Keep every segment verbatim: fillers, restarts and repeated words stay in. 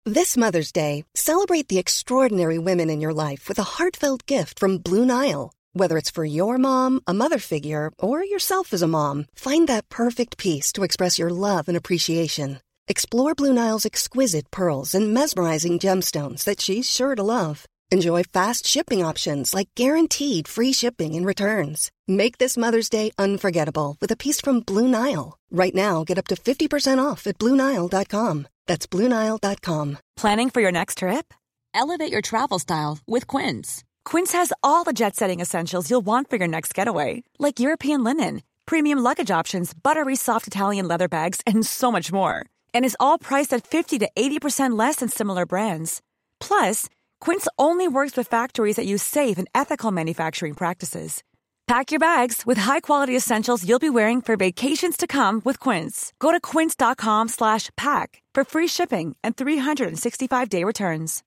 This Mother's Day, celebrate the extraordinary women in your life with a heartfelt gift from Blue Nile. Whether it's for your mom, a mother figure, or yourself as a mom, find that perfect piece to express your love and appreciation. Explore Blue Nile's exquisite pearls and mesmerizing gemstones that she's sure to love. Enjoy fast shipping options like guaranteed free shipping and returns. Make this Mother's Day unforgettable with a piece from Blue Nile. Right now, get up to fifty percent off at blue nile dot com. That's blue nile dot com. Planning for your next trip? Elevate your travel style with Quince. Quince has all the jet-setting essentials you'll want for your next getaway, like European linen, premium luggage options, buttery soft Italian leather bags, and so much more. And is all priced at fifty to eighty percent less than similar brands. Plus, Quince only works with factories that use safe and ethical manufacturing practices. Pack your bags with high-quality essentials you'll be wearing for vacations to come with Quince. Go to quince dot com slash pack for free shipping and three sixty-five day returns.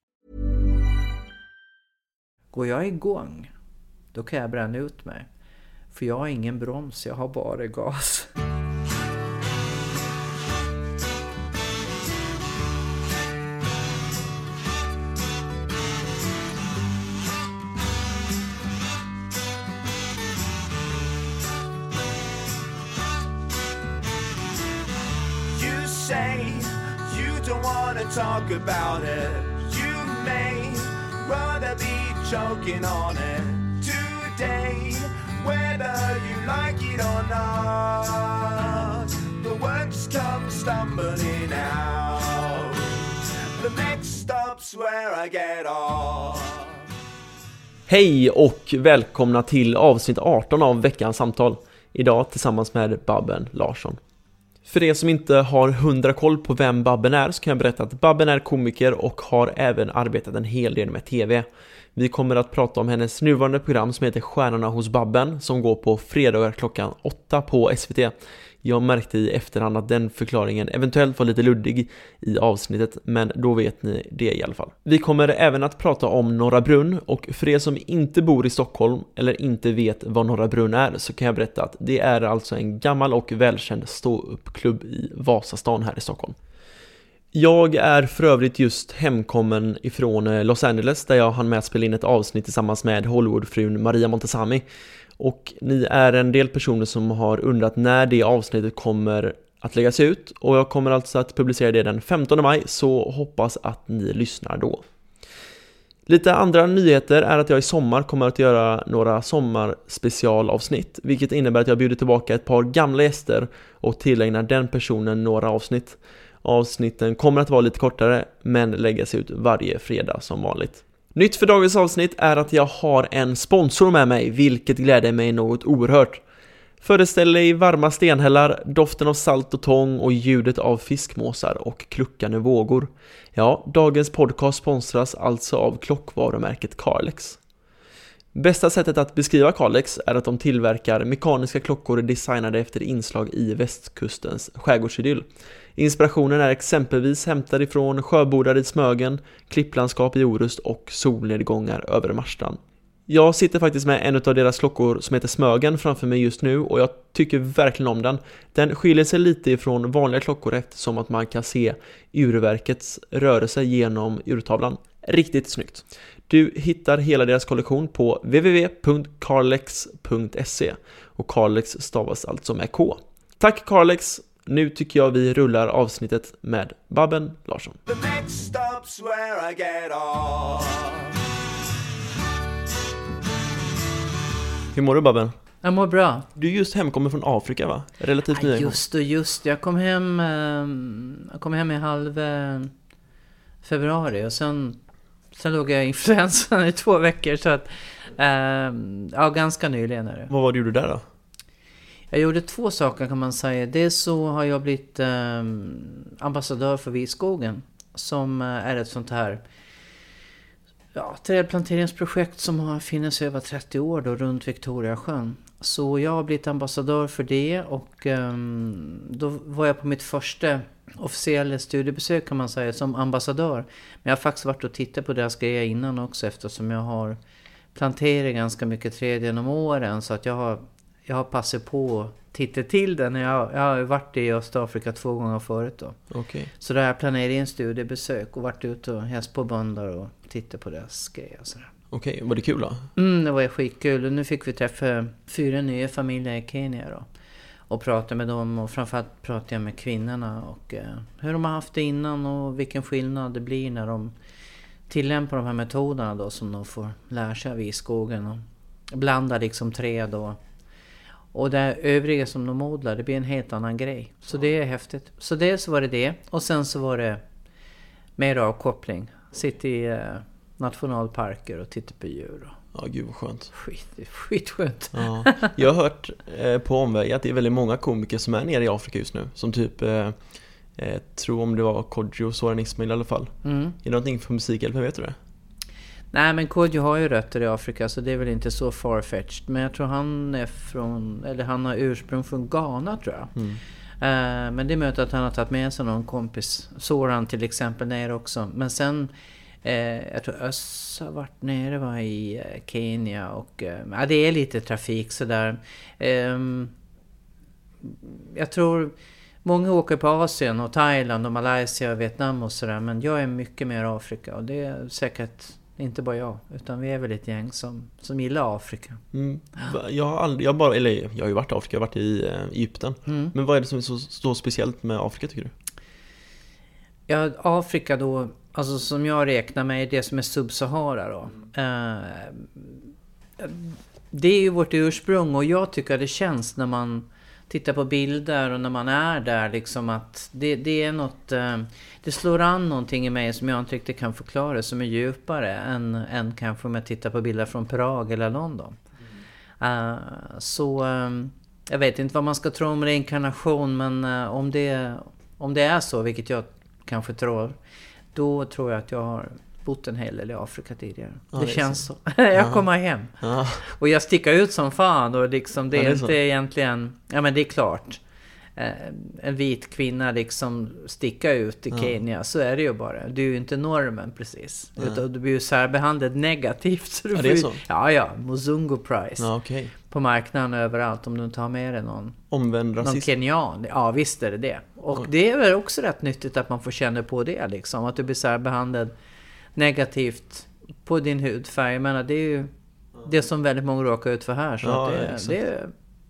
Går jag igång, då kan jag bränna ut mig. För jag har ingen broms, jag har bara gas. You don't want to talk about it. You may rather be choking on it today, whether you like it or not. The words come stumbling out. The next stop's where I get off. Hej och välkomna till avsnitt arton av veckans samtal. Idag tillsammans med Babben Larsson. För er som inte har hundra koll på vem Babben är så kan jag berätta att Babben är komiker och har även arbetat en hel del med tv. Vi kommer att prata om hennes nuvarande program som heter Stjärnorna hos Babben som går på fredagar klockan åtta på S V T. Jag märkte i efterhand att den förklaringen eventuellt var lite luddig i avsnittet, men då vet ni det i alla fall. Vi kommer även att prata om Norra Brunn, och för er som inte bor i Stockholm eller inte vet vad Norra Brunn är så kan jag berätta att det är alltså en gammal och välkänd stå-upp-klubb i Vasastan här i Stockholm. Jag är för övrigt just hemkommen ifrån Los Angeles där jag hann med att spela in ett avsnitt tillsammans med Hollywoodfrun Maria Montazami. Och ni är en del personer som har undrat när det avsnittet kommer att läggas ut. Och jag kommer alltså att publicera det den femtonde maj, så hoppas att ni lyssnar då. Lite andra nyheter är att jag i sommar kommer att göra några sommarspecialavsnitt. Vilket innebär att jag bjuder tillbaka ett par gamla gäster och tillägnar den personen några avsnitt. Avsnitten kommer att vara lite kortare men läggas ut varje fredag som vanligt. Nytt för dagens avsnitt är att jag har en sponsor med mig, vilket gläder mig något oerhört. Föreställ dig varma stenhällar, doften av salt och tång och ljudet av fiskmåsar och kluckande vågor. Ja, dagens podcast sponsras alltså av klockvarumärket Carlex. Bästa sättet att beskriva Carlex är att de tillverkar mekaniska klockor designade efter inslag i västkustens skärgårdsidyll. Inspirationen är exempelvis hämtad ifrån sjöbodar i Smögen, klipplandskap i Orust och solnedgångar över Marstan. Jag sitter faktiskt med en av deras klockor som heter Smögen framför mig just nu och jag tycker verkligen om den. Den skiljer sig lite ifrån vanliga klockor eftersom att man kan se urverkets rörelse genom urtavlan. Riktigt snyggt. Du hittar hela deras kollektion på w w w punkt carlex punkt se och Carlex stavas alltså med K. Tack Carlex! Nu tycker jag vi rullar avsnittet med Babben Larsson. Hur mår du Babben? Jag mår bra. Du är just hemkommen från Afrika va? Relativt ja, ny. Just och just. Jag kom hem, jag kom hem i halv februari och sen, sen låg jag i influensan i två veckor. Så att, ja, ganska nyligen är det. Vad var det du gjorde där då? Jag gjorde två saker kan man säga. Dels så har jag blivit eh, ambassadör för Viskogen. Som är ett sånt här ja, trädplanteringsprojekt som har funnits över trettio år då, runt Victoriasjön. Så jag har blivit ambassadör för det. Och eh, då var jag på mitt första officiella studiebesök kan man säga som ambassadör. Men jag har faktiskt varit och tittat på deras grejer innan också. Eftersom jag har planterat ganska mycket träd genom åren. Så att jag har... Jag har passat på titta till den. Jag, jag har varit i Östafrika två gånger förut då. Okay. Så där planerade jag en studiebesök och varit ute och häst på bönder och titta på deras grejer och sådär. Okej, okay. Var det kul då? Mm, det var skitkul. Och nu fick vi träffa fyra nya familjer i Kenya då. Och prata med dem och framförallt prata med kvinnorna och eh, hur de har haft det innan och vilken skillnad det blir när de tillämpar de här metoderna då som de får lära sig av i skogen och blanda liksom träd och, och det övriga som de odlar, det blir en helt annan grej. Så det är häftigt. Så det så var det det. Och sen så var det mer avkoppling. Sitta i eh, nationalparker och titta på djur och ja, gud vad skönt. Skit, skitskönt. Ja. Jag har hört eh, på omväg att det är väldigt många komiker som är nere i Afrika just nu. Som typ, eh, eh, tror om det var Kodjo och Soran Ismail i alla fall. Mm. Är det någonting för musikhjälpen, vet du det? Nej, men Kodjo har ju rötter i Afrika så det är väl inte så farfetched. Men jag tror han är från, eller han har ursprung från Ghana tror jag. Mm. Eh, men det är möjligt att han har tagit med sig någon kompis. Soran till exempel nere också. Men sen... Eh, jag tror Öss har varit nere var i eh, Kenya och eh, ja, det är lite trafik sådär. Eh, jag tror många åker på Asien och Thailand och Malaysia och Vietnam och sådär, men jag är mycket mer Afrika och det är säkert inte bara jag utan vi är väl ett gäng som, som gillar Afrika. Mm. Jag har aldrig, jag bara, eller jag har ju varit i Afrika, jag har varit i eh, Egypten. Mm. Men vad är det som är så, så speciellt med Afrika tycker du? Ja, Afrika då, alltså som jag räknar med, det som är Sub-Sahara då. Eh, det är ju vårt ursprung och jag tycker det känns när man tittar på bilder och när man är där liksom att det, det är något, eh, det slår an någonting i mig som jag inte riktigt kan förklara som är djupare än, än kanske om jag tittar på bilder från Prag eller London. Eh, så eh, jag vet inte vad man ska tro om reinkarnation, men eh, om, det, om det är så, vilket jag kanske tror, då tror jag att jag har bott en hel del i Afrika tidigare. Ja, det, det känns så. så. jag ja. kommer hem. Ja. Och jag sticker ut som fan. Och liksom, det är, ja, det är inte så. Egentligen... Ja, men det är klart. Eh, en vit kvinna liksom sticka ut i ja. Kenya. Så är det ju bara. Du är ju inte normen precis. Ja. Utan du blir ju särbehandlad negativt. Så du ja, det är så? Ju, ja, ja. Muzungu Prize. Ja, okay. På marknaden överallt. Om du inte har med dig någon... Omvänd rasism. Någon kenyan. Ja, visst är det det. Och ja. det är väl också rätt nyttigt att man får känna på det. Liksom. Att du blir särbehandlad negativt på din hudfärg. Jag menar, det är ju det som väldigt många råkar ut för här. Så ja, det, det,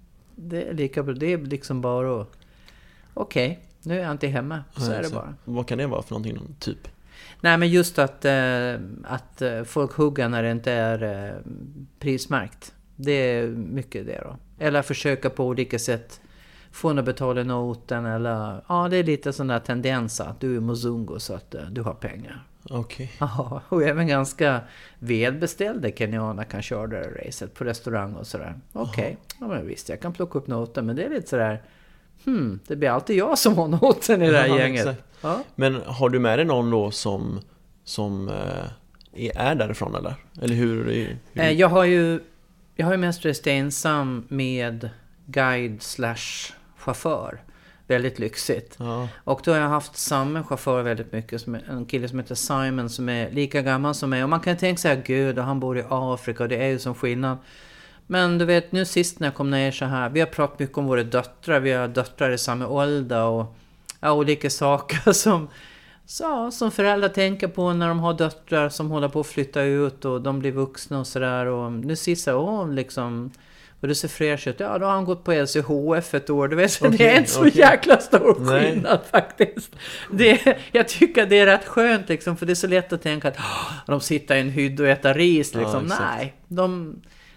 det är lika bra. Det är liksom bara att okej, okay, nu är jag inte hemma. Så ja, är det så. Bara. Vad kan det vara för någonting typ? Nej, men just att, äh, att folk huggar när det inte är äh, prismärkt. Det är mycket det då. Eller försöka på olika sätt få en att betala noten. Eller, ja, det är lite sån där tendens att du är muzungo så att äh, du har pengar. Okej. Okay. Ja, och även ganska välbeställda kenyaner kan köra det här racet på restaurang och sådär. Okej, okay. Ja, men visst, jag kan plocka upp noten, men det är lite sådär, hmm, det blir alltid jag som har noten i det här ja, gänget. Ja. Men har du med dig någon då som, som eh, är därifrån eller? Eller hur? hur? Eh, jag har ju jag har ju mest rest ensam med guide slash chaufför. Väldigt lyxigt. Ja. Och då har jag haft samma chaufför väldigt mycket. Som en kille som heter Simon som är lika gammal som mig. Och man kan tänka sig att gud, och han bor i Afrika och det är ju som skillnad. Men du vet, nu sist när jag kom ner så här. Vi har pratat mycket om våra döttrar. Vi har döttrar i samma ålder. Och ja, olika saker som, så, som föräldrar tänker på när de har döttrar som håller på att flytta ut. Och de blir vuxna och sådär. Och nu sist så, åh, liksom... Och det ser fräscht ut. Ja, då har han gått på L C H F ett år. Du vet, okay, det är inte så okay. jäkla stor skillnad Nej. faktiskt. Det, jag tycker det är rätt skönt liksom. För det är så lätt att tänka att oh, de sitter i en hydd och äter ris. Liksom. Ja, nej, de,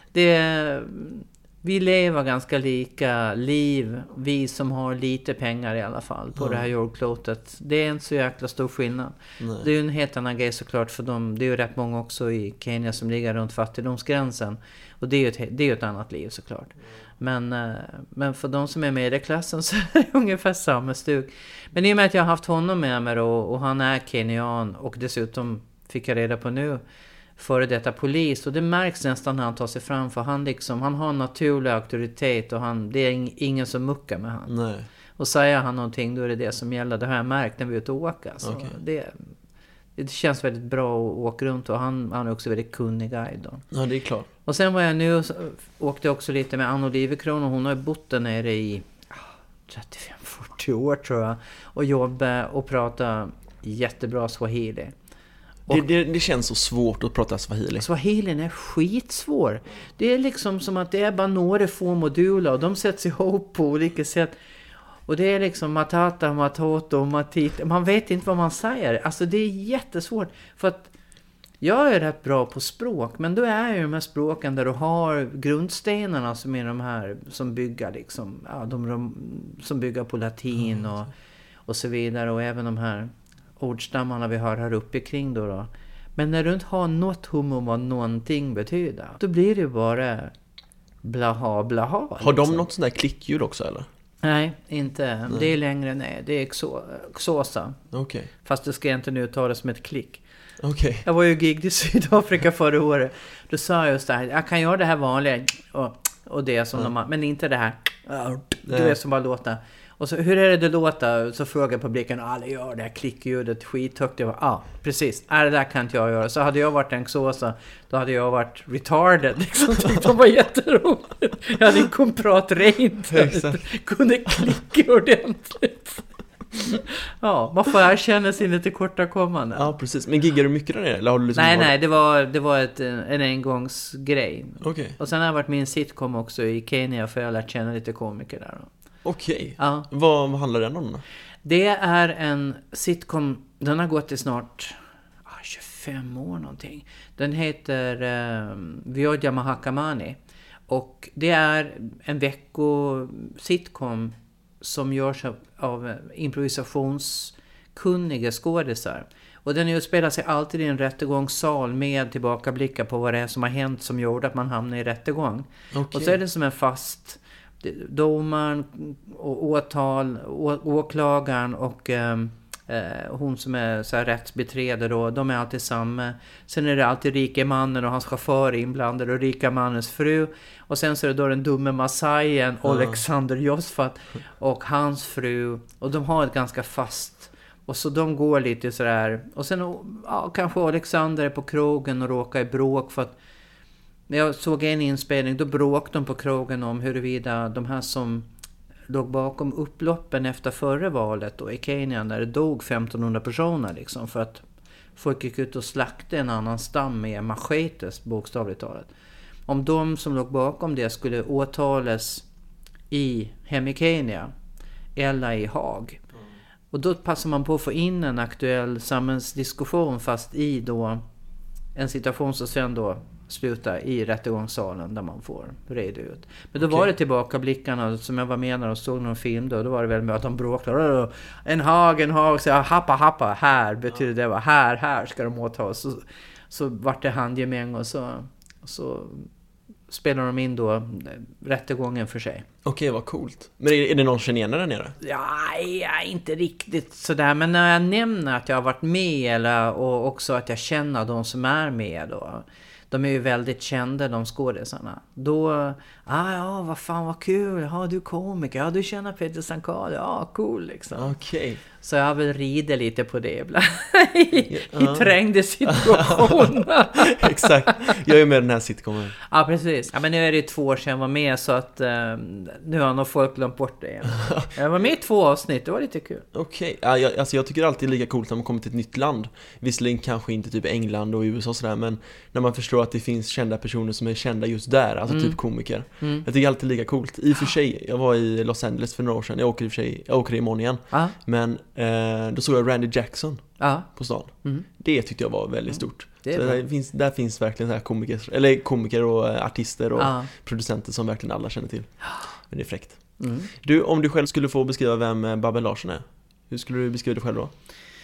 det, vi lever ganska lika liv. Vi som har lite pengar i alla fall på ja. det här jordklotet. Det är inte så jäkla stor skillnad. Nej. Det är ju en helt annan grej såklart för dem. Det är ju rätt många också i Kenya som ligger runt fattigdomsgränsen. Och det är ju ett, det är ju ett annat liv såklart. Men, men för de som är med i klassen så är det ungefär samma stuk. Men i och med att jag har haft honom med mig då, och han är kenyan och dessutom fick jag reda på nu före detta polis. Och det märks nästan när han tar sig fram för han, liksom, han har en naturlig auktoritet och han, det är ingen som muckar med han. Nej. Och säger han någonting då är det det som gäller. Det har jag märkt när vi är ute och åka. Så okay. det, det känns väldigt bra att åka runt och han, han är också väldigt kunnig guide då. Ja, det är klart. Och sen var jag nu och åkte också lite med Ann Olivekron och hon har ju bott där nere i trettiofem fyrtio år tror jag och jobbat och prata jättebra swahili. Det, det, det känns så svårt att prata swahili. Swahilin är skitsvår. Det är liksom som att det är bara några få moduler och de sätts ihop på olika sätt. Och det är liksom matata, matoto, matita. Man vet inte vad man säger. Alltså det är jättesvårt. För att jag är rätt bra på språk. Men då är ju de här språken där du har grundstenarna som är de här som bygger liksom. Ja, de, de som bygger på latin och, och så vidare. Och även de här ordstammarna vi har här uppe kring då, då. Men när du inte har något hum om vad någonting betyder, då blir det bara blaha blaha. Har liksom. de något sånt där klickljud också eller? Nej, inte. Nej. Det är längre nej. Det är Xhosa. Okej. Okay. Fast det ska jag inte nu ta det som ett klick. Okej. Okay. Jag var ju gig i Sydafrika förra året. Då sa jag just det här. Jag kan göra det här vanliga och, och det som mm. de, men inte det här. Du vet som bara låta. Och så, hur är det det låter? Så frågar publiken, alla gör det här klickljudet skithögt. Jag var, ja, ah, precis. Äh, det där kan inte jag göra. Så hade jag varit en Xhosa, då hade jag varit retarded. Liksom. Det var jätteroligt. Jag hade inte kunnat prata rent. Kunde klicka ordentligt. Ja, man får erkänna sina tillkortakommanden. Ja, precis. Men giggar du mycket där nere? Eller har du liksom nej, nej, det var, det var ett, en engångsgrej. Okay. Och sen har jag varit med i en sitcom också i Kenya för jag har lärt känna lite komiker där då. Okej. Okay. Ja. Vad, vad handlar den om då? Det är en sitcom, den har gått i snart ah, tjugofem år någonting. Den heter eh, Vyodya Mahakamani. Och det är en vecko-sitcom som görs av, av improvisationskunniga skådisar. Och den utspelar sig alltid i en rättegångssal med tillbakablickar på vad det är som har hänt som gjorde att man hamnar i rättegång. Okay. Och så är det som en fast domaren och åtal, å, åklagaren och eh, hon som är så här rättsbiträde då, de är alltid samma. Sen är det alltid rika mannen och hans chaufför inblandade och rika mannens fru. Och sen så är det då den dumme Masajen, mm. Alexander Josfat och hans fru. Och de har ett ganska fast. Och så de går lite så där. Och sen ja, kanske Alexander är på krogen och råkar i bråk för att när jag såg en inspelning, då bråkade de på krogen om huruvida de här som låg bakom upploppen efter förra valet och i Kenya där det dog femtonhundra personer liksom för att folk gick ut och slaktade en annan stam med machetes bokstavligt talat. Om de som låg bakom det skulle åtalas i hem i Kenya eller i Haag. Och då passar man på att få in en aktuell samhällsdiskussion fast i då en situation som sen då sluta i rättegångssalen där man får reda ut. Men då okay. var det tillbakablickarna som jag var med när och såg någon film då, då var det väl med att de bråkade en hag, en hag, så happa, happa, här betyder det var här, här ska de åtalas. Så, så vart det handgemäng och så, så spelar de in då rättegången för sig. Okej, vad coolt. Men är, är det någon känner där nere? Ja, ja, inte riktigt sådär. Men när jag nämner att jag har varit med eller, och också att jag känner de som är med då. De är ju väldigt kända, de skådesarna. Då, ah, ja, vad fan, vad kul. Ja, du är komiker. Ja, du känner Peter Sankar. Ja, cool liksom. Okej. Okay. Så jag vill rida lite på det ibland. I, ja. I trängde situationer. Exakt. Jag är med den här sitcomen. Ja, precis. Ja, men nu är det två år sedan jag var med så att uh, nu har nog folk glömt bort det igen. Jag var med i två avsnitt, det var lite kul. Okej. Okay. Ja, jag, alltså jag tycker det är alltid lika coolt när man kommer till ett nytt land. Visserligen kanske inte typ England och U S A och sådär, men när man förstår att det finns kända personer som är kända just där, alltså mm. typ komiker. Mm. Jag tycker alltid lika coolt. I och för sig, jag var i Los Angeles för några år sedan. Jag åker i och för sig, jag åker imorgon igen. Ah. Men eh, då såg jag Randy Jackson ah. på stan. Mm. Det tyckte jag var väldigt stort. Det så där finns, där finns verkligen så här komiker, eller komiker och artister och ah. producenter som verkligen alla känner till. Men det är fräckt. Mm. Du, om du själv skulle få beskriva vem Babben Larsson är, hur skulle du beskriva dig själv då?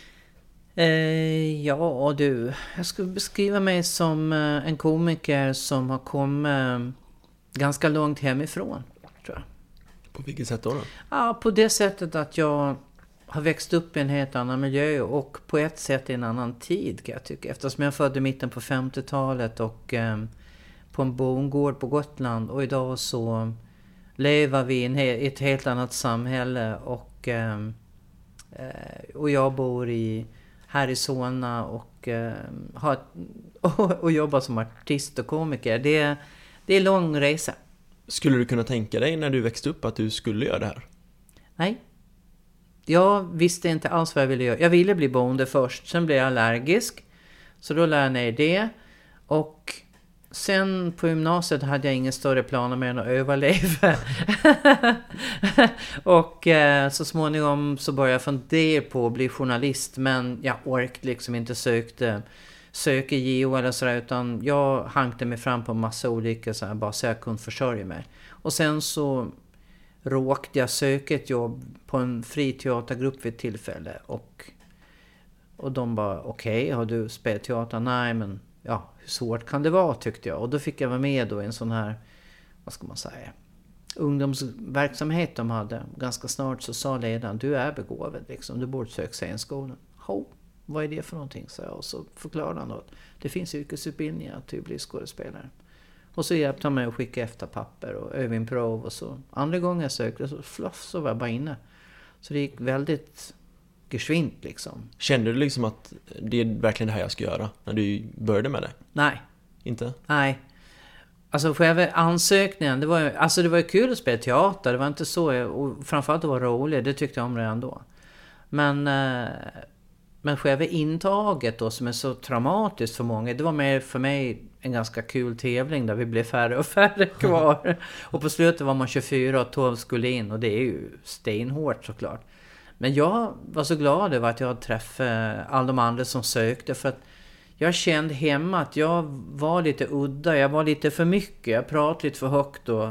Eh, ja du, jag skulle beskriva mig som eh, en komiker som har kommit eh, ganska långt hemifrån, tror jag. På vilket sätt då, då? Ja, på det sättet att jag har växt upp i en helt annan miljö och på ett sätt i en annan tid, kan jag tycka. Eftersom jag födde i mitten på femtiotalet och eh, på en bondgård på Gotland, och idag så lever vi i ett helt annat samhälle och, eh, och jag bor i här i Solna och, eh, ha, och, och jobba som artist och komiker. Det, det är lång resa. Skulle du kunna tänka dig när du växte upp att du skulle göra det här? Nej. Jag visste inte alls vad jag ville göra. Jag ville bli bonde först. Sen blev jag allergisk. Så då lärde jag ner det. Och sen på gymnasiet hade jag ingen större planer mer än att överleva. och eh, så småningom så började jag fundera på att bli journalist. Men jag orkade liksom inte sökte, söka J O eller sådär. Utan jag hankade mig fram på en massa olika så här, bara så jag kunde försörja mig. Och sen så råkade jag söka ett jobb på en fri teatergrupp vid ett tillfälle. Och, och de bara, okej, okay, har du spelat teater? Nej, men ja, hur svårt kan det vara, tyckte jag. Och då fick jag vara med då i en sån här, vad ska man säga, ungdomsverksamhet de hade. Ganska snart så sa ledaren, du är begåvad liksom, du borde söka scenskolan. Ho, vad är det för någonting? Så jag, och så förklarade han att det finns yrkesutbildningar till att bli skådespelare. Och så hjälpte han mig att skicka efter papper och öva in prov och så. Andra gången jag sökte så fluff så var jag bara inne. Så det gick väldigt geschwint liksom. Kände du liksom att det är verkligen det här jag ska göra när du började med det? Nej. Inte? Nej. Alltså själva ansökningen, det var ju, alltså det var ju kul att spela teater. Det var inte så, och framförallt det var roligt, det tyckte jag om redan då. Men... Eh, Men själva intaget då som är så traumatiskt för många, det var mer för mig en ganska kul tävling där vi blev färre och färre kvar. Och på slutet var man tjugofyra och tolv skulle in och det är ju stenhårt såklart. Men jag var så glad över att jag hade träffat alla de andra som sökte för att jag kände hemma att jag var lite udda, jag var lite för mycket, jag pratade lite för högt och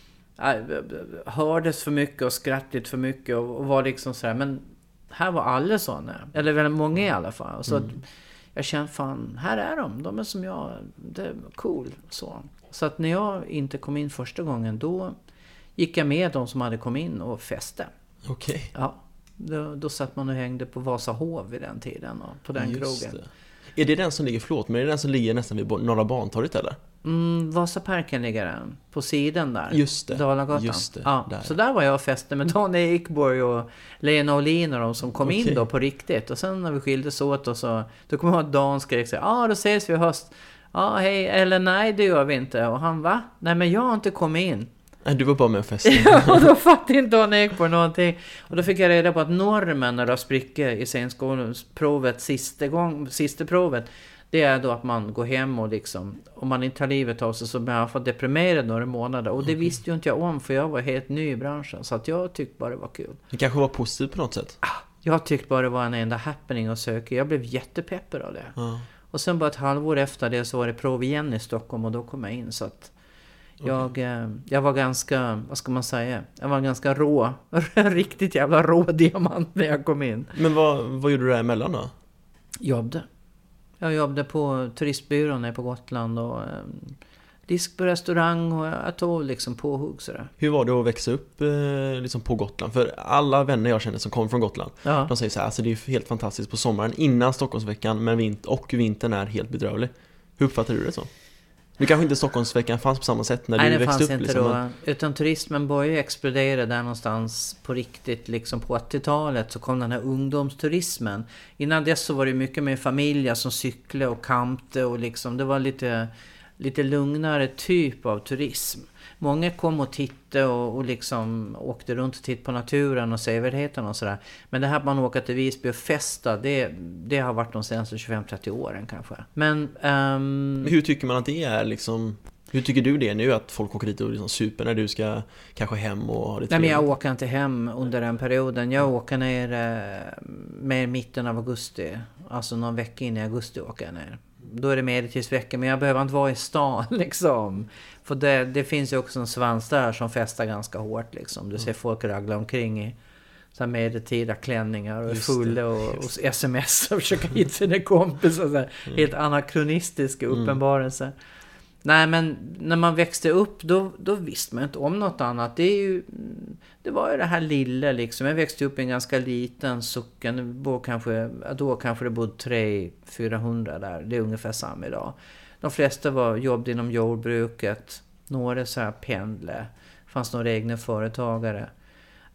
hördes för mycket och skrattade lite för mycket och var liksom sådär, men här var alla sådana, eller väldigt många i alla fall. Så mm. att jag kände, fan, här är de, de är som jag, det är cool. Så. så att när jag inte kom in första gången, då gick jag med de som hade kommit in och fäste. Okej. Okay. Ja, då, då satt man och hängde på Vasahov vid den tiden och på den Just krogen. Det. Är det den som ligger, förlåt, men är det den som ligger nästan vid Norra Bantorget eller? Mm, Vasaparken ligger den på sidan där. Just det. Dalagatan. Just det. Ja, där. Så där var jag och fäste med Dan Ekborg och Lena Olin och de som kom okay. in då på riktigt. Och sen när vi skildes åt och så, då kom jag att Dan skrek sig, ja ah, då ses vi i höst. Ja, ah, hej, eller nej, det gör vi inte. Och han, va? Nej, men jag har inte kommit in. Nej, du var bara med och fäste. Ja, och då fattade inte Dan Ekborg någonting. Och då fick jag reda på att normen när det spricker i scenskoleprovet sista gång, sista provet, det är då att man går hem och liksom, om man inte tar livet av sig så blir man för deprimerad några månader. Och det okay. visste ju inte jag om, för jag var helt ny i branschen. Så att jag tyckte bara det var kul. Det kanske var positivt på något sätt? Jag tyckte bara det var en enda happening att söka. Jag blev jättepeppad av det. Ja. Och sen bara ett halvår efter det så var det prov igen i Stockholm och då kom jag in. Så att jag, okay. jag var ganska, vad ska man säga? Jag var ganska rå. Riktigt jävla rå diamant när jag kom in. Men vad, vad gjorde du där emellan då? Jobbade. Jag jobbade på turistbyrån nere på Gotland och eh, disk på restaurang och jag tog liksom påhugg sådär. Hur var det att växa upp eh, liksom på Gotland? För alla vänner jag känner som kommer från Gotland, ja. de säger så här, alltså det är helt fantastiskt på sommaren innan Stockholmsveckan, men vint- och vintern är helt bedrövlig. Hur uppfattar du det så? Det kanske inte Stockholmsveckan fanns på samma sätt när Nej, du växte upp. Nej, det fanns inte liksom, då. Utan turismen började explodera där någonstans på riktigt. Liksom på åttiotalet så kom den här ungdomsturismen. Innan dess så var det mycket mer familjer som cyklade och campte. Och liksom, det var lite, lite lugnare typ av turism. Många kom och tittade och, och liksom åkte runt och tittade på naturen och sevärdheten och sådär. Men det här att man åker till Visby och festa, det, det har varit de senaste tjugofem trettio åren kanske. Men, um... Hur tycker man att det är liksom... Hur tycker du det nu att folk åker dit och liksom super när du ska kanske hem och ha det trevligt? Nej, men jag åker inte hem under den perioden. Jag åker ner eh, med mitten av augusti. Alltså någon vecka in i augusti åker jag ner. Då är det medeltidsvecka, men jag behöver inte vara i stan liksom. För det, det finns ju också en svans där som festar ganska hårt liksom. Du ser folk ragla omkring i så här medeltida klänningar och är fulla och, och sms och försöker hitta sina kompisar. Så här, mm. Helt anakronistiska uppenbarelser. Mm. Nej, men när man växte upp då, då visste man inte om något annat. Det, är ju, det var ju det här lilla liksom. Jag växte upp i en ganska liten socken. Då kanske, då kanske det bodde tre till fyrahundra där. Det är ungefär samma idag. De flesta var jobbade inom jordbruket. Några så här pendlade. Det fanns några egna företagare.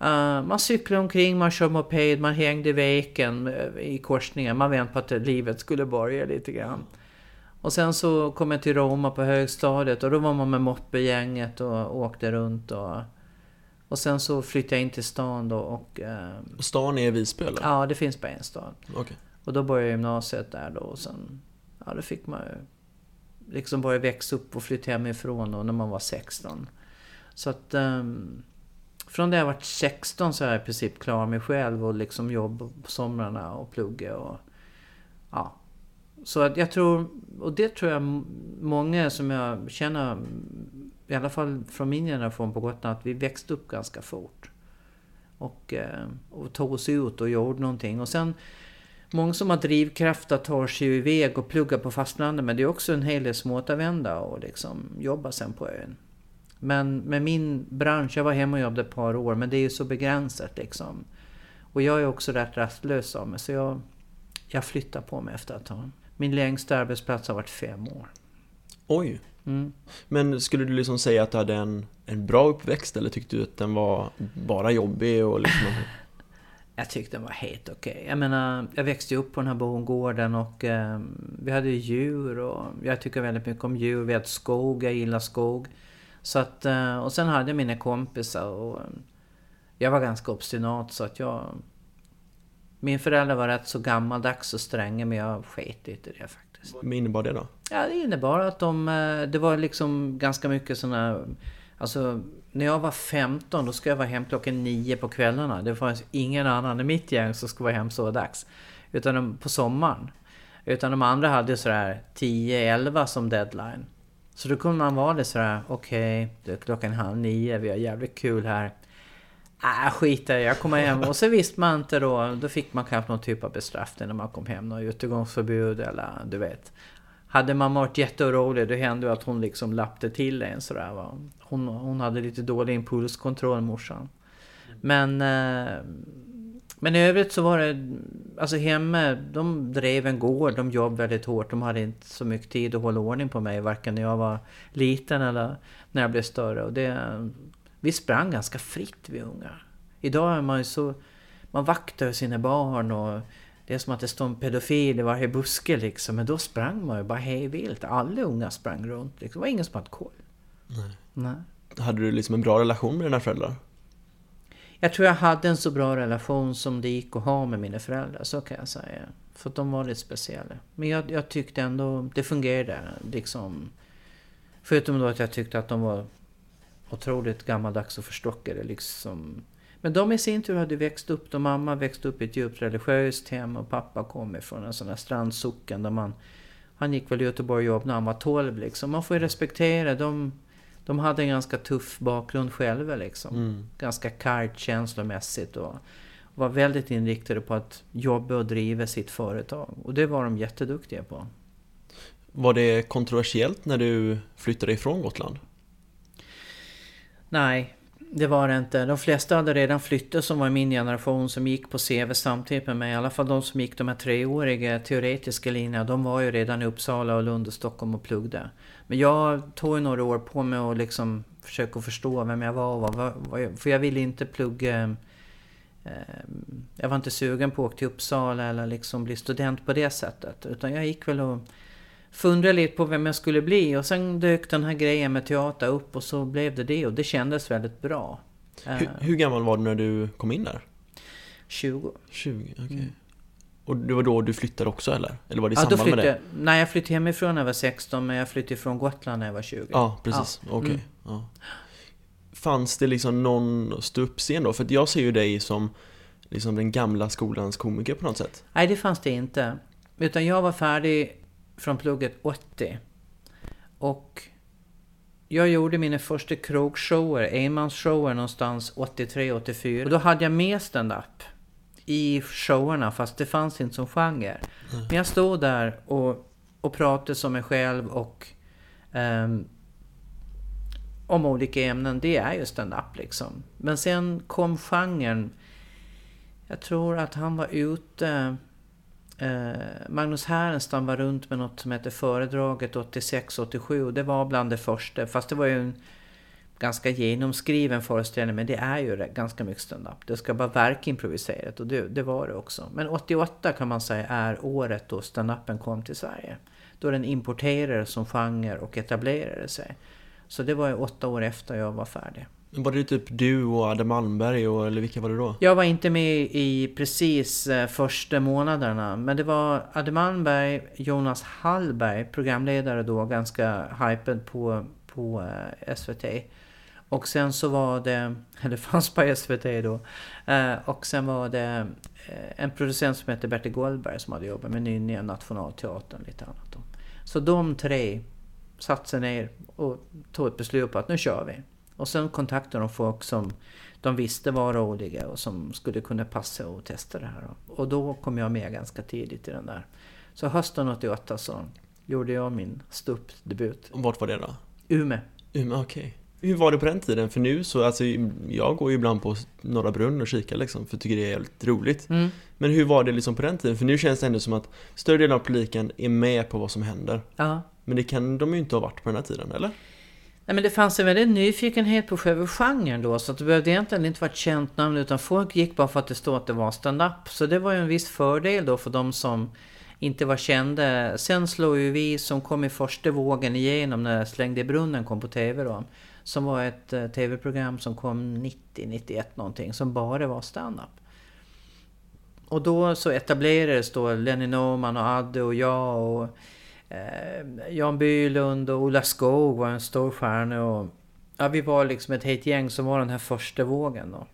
Uh, man cyklade omkring, man körde moped, man hängde i veken i korsningen. Man väntade på att livet skulle börja lite grann. Och sen så kom jag till Roma på högstadiet och då var man med moppegänget och åkte runt. Och, och sen så flyttade jag in till stan då. Och, uh, och stan är Visby eller? Ja, det finns bara en stad. Okay. Och då började jag gymnasiet där då och sen, ja då fick man ju liksom börja växa upp och flytta hemifrån då när man var sexton. Så att... Um, Från det jag var sexton så är jag i princip klar mig själv och liksom jobb på somrarna och plugga och ja. Så att jag tror, och det tror jag många som jag känner, i alla fall från min generation på Gotland, att vi växte upp ganska fort. Och, och tog oss ut och gjorde någonting. Och sen, många som har drivkrafter tar sig iväg och pluggar på fastlandet, men det är också en hel del smååtervända och liksom jobba sen på ön. Men med min bransch, jag var hemma och jobbade ett par år, men det är ju så begränsat liksom. Och jag är också rätt rastlös av mig, så jag, jag flyttar på mig efter ett tag. Min längsta arbetsplats har varit fem år. Oj! Mm. Men skulle du liksom säga att du hade en, en bra uppväxt, eller tyckte du att den var bara jobbig? Och liksom... Jag tyckte den var helt okej. Okay. Jag menar, jag växte upp på den här bondgården och eh, vi hade djur och jag tycker väldigt mycket om djur. Vi hade skog, jag gillar skog. Så att, och sen hade jag mina kompisar och jag var ganska obstinat så att jag... Min föräldrar var rätt så gammaldags och stränga, men jag sket lite i det faktiskt. Vad innebar det då? Ja, det innebar att de... Det var liksom ganska mycket såna... Alltså, när jag var femton då skulle jag vara hem klockan nio på kvällarna. Det fanns ingen annan i mitt gäng som skulle vara hem så dags. Utan de, på sommaren. Utan de andra hade sådär tio elva som deadline. Så då kunde man vara det sådär, okej, okay, det är klockan halv nio, vi har jävligt kul här. Äh, skit där, jag kommer hem. Och så visste man inte då, då fick man kanske någon typ av bestraffning när man kom hem. Någon utegångsförbud eller du vet. Hade man varit jätteorolig, då hände det att hon liksom lappte till en sådär. Va? Hon, hon hade lite dålig impulskontroll, morsan. Men... Eh, Men i övrigt så var det, alltså hemma, de drev en gård, de jobbade väldigt hårt. De hade inte så mycket tid att hålla ordning på mig, varken när jag var liten eller när jag blev större. Och det, vi sprang ganska fritt, vi ungar. Idag är man ju så, man vaktar sina barn och det är som att det står en pedofil i varje buske liksom. Men då sprang man ju bara hej vilt. Alla unga sprang runt liksom. Det var ingen som hade koll. Nej. Nej. Hade du liksom en bra relation med dina föräldrar? Jag tror jag hade en så bra relation som det gick att ha med mina föräldrar, så kan jag säga. För att de var lite speciella. Men jag, jag tyckte ändå, det fungerade liksom. Förutom då att jag tyckte att de var otroligt gammaldags och förstockade liksom. Men de i sin tur hade växt upp, då mamma växte upp i ett djupt religiöst hem och pappa kom ifrån en sån här strandsocken där man, han gick väl i Göteborg och jobb när han var tolv liksom. Man får ju respektera dem. De hade en ganska tuff bakgrund själva liksom. Mm. Ganska kargt känslomässigt och var väldigt inriktade på att jobba och driva sitt företag. Och det var de jätteduktiga på. Var det kontroversiellt när du flyttade ifrån Gotland? Nej, det var det inte. De flesta hade redan flyttat som var i min generation som gick på C V samtidigt med mig. I alla fall de som gick de här treåriga teoretiska linjerna. De var ju redan i Uppsala och Lund och Stockholm och pluggade. Men jag tog några år på mig att liksom försöka förstå vem jag var. Och vad, vad jag, för jag ville inte plugga... Eh, jag var inte sugen på att åka till Uppsala eller liksom bli student på det sättet. Utan jag gick väl och funderade lite på vem jag skulle bli. Och sen dök den här grejen med teater upp och så blev det det. Och det kändes väldigt bra. Hur, hur gammal var du när du kom in där? tjugo. tjugo, okej. Okay. Mm. Och det var då du flyttade också eller? Eller var det i ja, samband flyttade, med det? Nej, jag flyttade hemifrån när jag var sexton, men jag flyttade från Gotland när jag var tjugo. Ja, precis. Ja. Okej. Okay. Mm. Ja. Fanns det liksom någon ståuppscen då? För jag ser ju dig som liksom den gamla skolans komiker på något sätt. Nej, det fanns det inte. Utan jag var färdig från plugget åttio. Och jag gjorde mina första krogshower, enmansshower någonstans åttiotre åttiofyra. Och då hade jag med stand-up i showerna, fast det fanns inte som genre. Mm. Men jag stod där och, och pratade som mig själv och um, om olika ämnen. Det är ju stand-up liksom. Men sen kom genren. Jag tror att han var ute... Uh, Magnus Härenstam var runt med något som heter Föredraget åttiosex åttiosju. Det var bland det första. Fast det var ju en ganska genomskriven föreställning, men det är ju ganska mycket stand-up. Det ska bara verka improviserat, och det, det var det också. Men åttioåtta kan man säga är året då stand-upen kom till Sverige. Då den importerades som genre och etablerade sig. Så det var ju åtta år efter jag var färdig. Var det typ du och Adam Malmberg, och, eller vilka var det då? Jag var inte med i precis eh, första månaderna. Men det var Adam Malmberg, Jonas Hallberg, programledare då, ganska hyped på, på eh, S V T. Och sen så var det, eller fanns på S V T då. Eh, och sen var det eh, en producent som heter Bertil Goldberg som hade jobbat med Nynne, Nationalteatern, lite annat då. Så de tre satt sig ner och tog ett beslut på att nu kör vi. Och sen kontaktade de folk som de visste var roliga och som skulle kunna passa och testa det här. Och då kom jag med ganska tidigt i den där. Så hösten åttioåtta så gjorde jag min ståuppdebut. Och vart var det då? Umeå. Umeå, okej. Okay. Hur var det på den tiden? För nu så, alltså, jag går ju ibland på Norra Brunn och kikar liksom, för jag tycker det är jävligt roligt. Mm. Men hur var det liksom på den tiden? För nu känns det ändå som att större delen av publiken är med på vad som händer. Ja. Men det kan de ju inte ha varit på den här tiden, eller? Nej, men det fanns en väldigt nyfikenhet på själva genren då, så att det behövde egentligen inte vara ett känt namn, utan folk gick bara för att det stod att det var stand-up. Så det var ju en viss fördel då för de som inte var kända. Sen slog ju vi som kom i första vågen igenom när Slängde i brunnen kom på tv då, som var ett uh, tv-program som kom nittio nittioett någonting, som bara var stand-up. Och då så etablerades då Lenny Norman och Adde och jag och eh, Jan Bylund och Ola Skog var en stor stjärna, och ja, vi var liksom ett helt gäng som var den här första vågen då.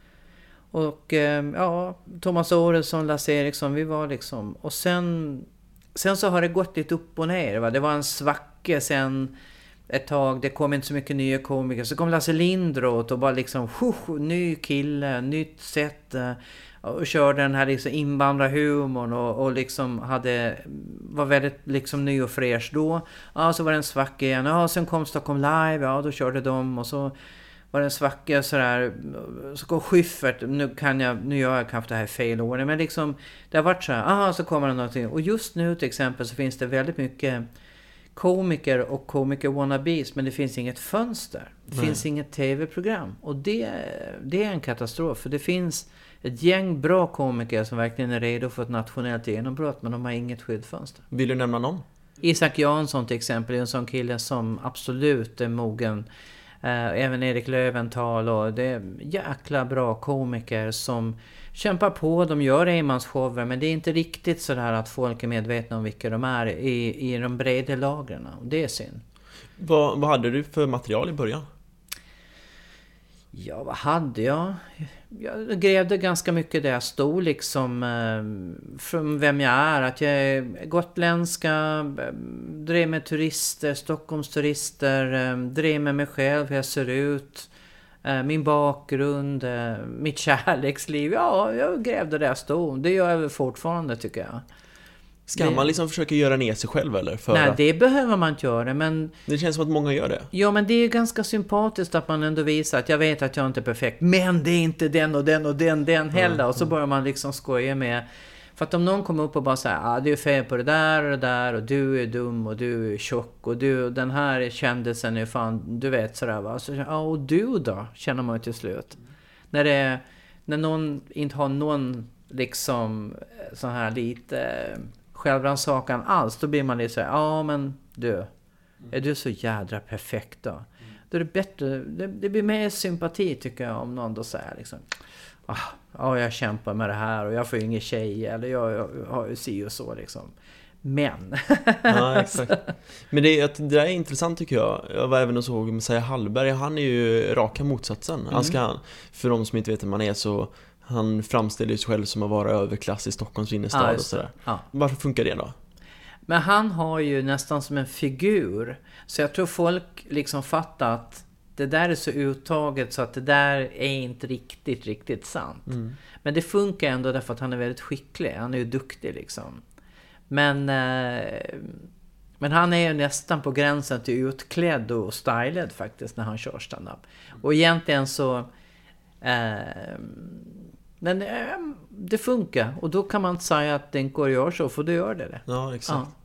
Och eh, ja, Thomas Åresson, Lasse Eriksson, vi var liksom, och sen sen så har det gått lite upp och ner, va? Det var en svacka sen ett tag, det kom inte så mycket nya komiker. Så kom Lasse Lindroth och bara liksom shush, ny kille, nytt sätt, och körde den här liksom invandrarhumorn och, och liksom hade, var väldigt liksom ny och fräsch då. Ja, så var det en svacka igen. Ja, sen kom Stockholm Live, ja, då körde de, och så var det en svacka sådär, så kom Schyffert, nu kan jag, nu gör jag kanske det här fel år, men liksom det har varit så här, aha, så kommer det någonting. Och just nu till exempel så finns det väldigt mycket komiker och komiker wannabes, men det finns inget fönster. Det Nej. finns inget tv-program. Och det, det är en katastrof. För det finns ett gäng bra komiker som verkligen är redo för ett nationellt genombrott, men de har inget skyddfönster. Vill du nämna någon? Isak Jansson till exempel är en sån kille som absolut är mogen. Även Erik Löwenthal, och det är jäkla bra komiker som kämpar på, de gör enmansshower, men det är inte riktigt så där att folk är medvetna om vilka de är i, i de breda lagren, och det är synd. Vad, vad hade du för material i början? Ja, vad hade jag? Jag grävde ganska mycket där jag stod liksom eh, från vem jag är, att jag är gotländska, drev med turister, Stockholms turister, eh, drev med mig själv, hur jag ser ut, eh, min bakgrund, eh, mitt kärleksliv. Ja, jag grävde där jag stod. Det gör jag fortfarande, tycker jag. Ska det... man liksom försöka göra ner sig själv, eller? För Nej, att... det behöver man inte göra, men... Det känns som att många gör det. Ja, men det är ganska sympatiskt att man ändå visar att jag vet att jag inte är perfekt, men det är inte den och den och den, den heller. Mm. Och så börjar man liksom skoja med... För att om någon kommer upp och bara säger, ah, du är fel på det där och det där, och du är dum och du är tjock, och du, den här kändisen är fan, du vet sådär, va? Så, ja, och du då, känner man ju till slut. Mm. När det när någon inte har någon liksom så här lite... självrannsakan alls, då blir man lite så här, ja men du, är du så jädra perfekt då? Mm. Då är det bättre, det, det blir mer sympati tycker jag om någon då säger liksom, ah, ja jag kämpar med det här och jag får ingen tjej, eller jag, jag, jag har ju si och så liksom. Men. Ja, exakt. Men det, det där är intressant tycker jag. Jag var även och såg Messiah Hallberg, han är ju raka motsatsen. Mm. Han ska, för de som inte vet vem man är, så han framställer sig själv som att vara överklass i Stockholms innerstad, ja, och sådär. Ja. Varför funkar det då? Men han har ju nästan som en figur. Så jag tror folk liksom fattar att det där är så uttaget så att det där är inte riktigt, riktigt sant. Mm. Men det funkar ändå därför att han är väldigt skicklig. Han är ju duktig liksom. Men, eh, men han är ju nästan på gränsen till utklädd och stylad faktiskt när han kör stand-up. Och egentligen så... Eh, Men äh, det funkar. Och då kan man inte säga att det inte går att göra så, för då gör det det. Ja, exakt. Ja.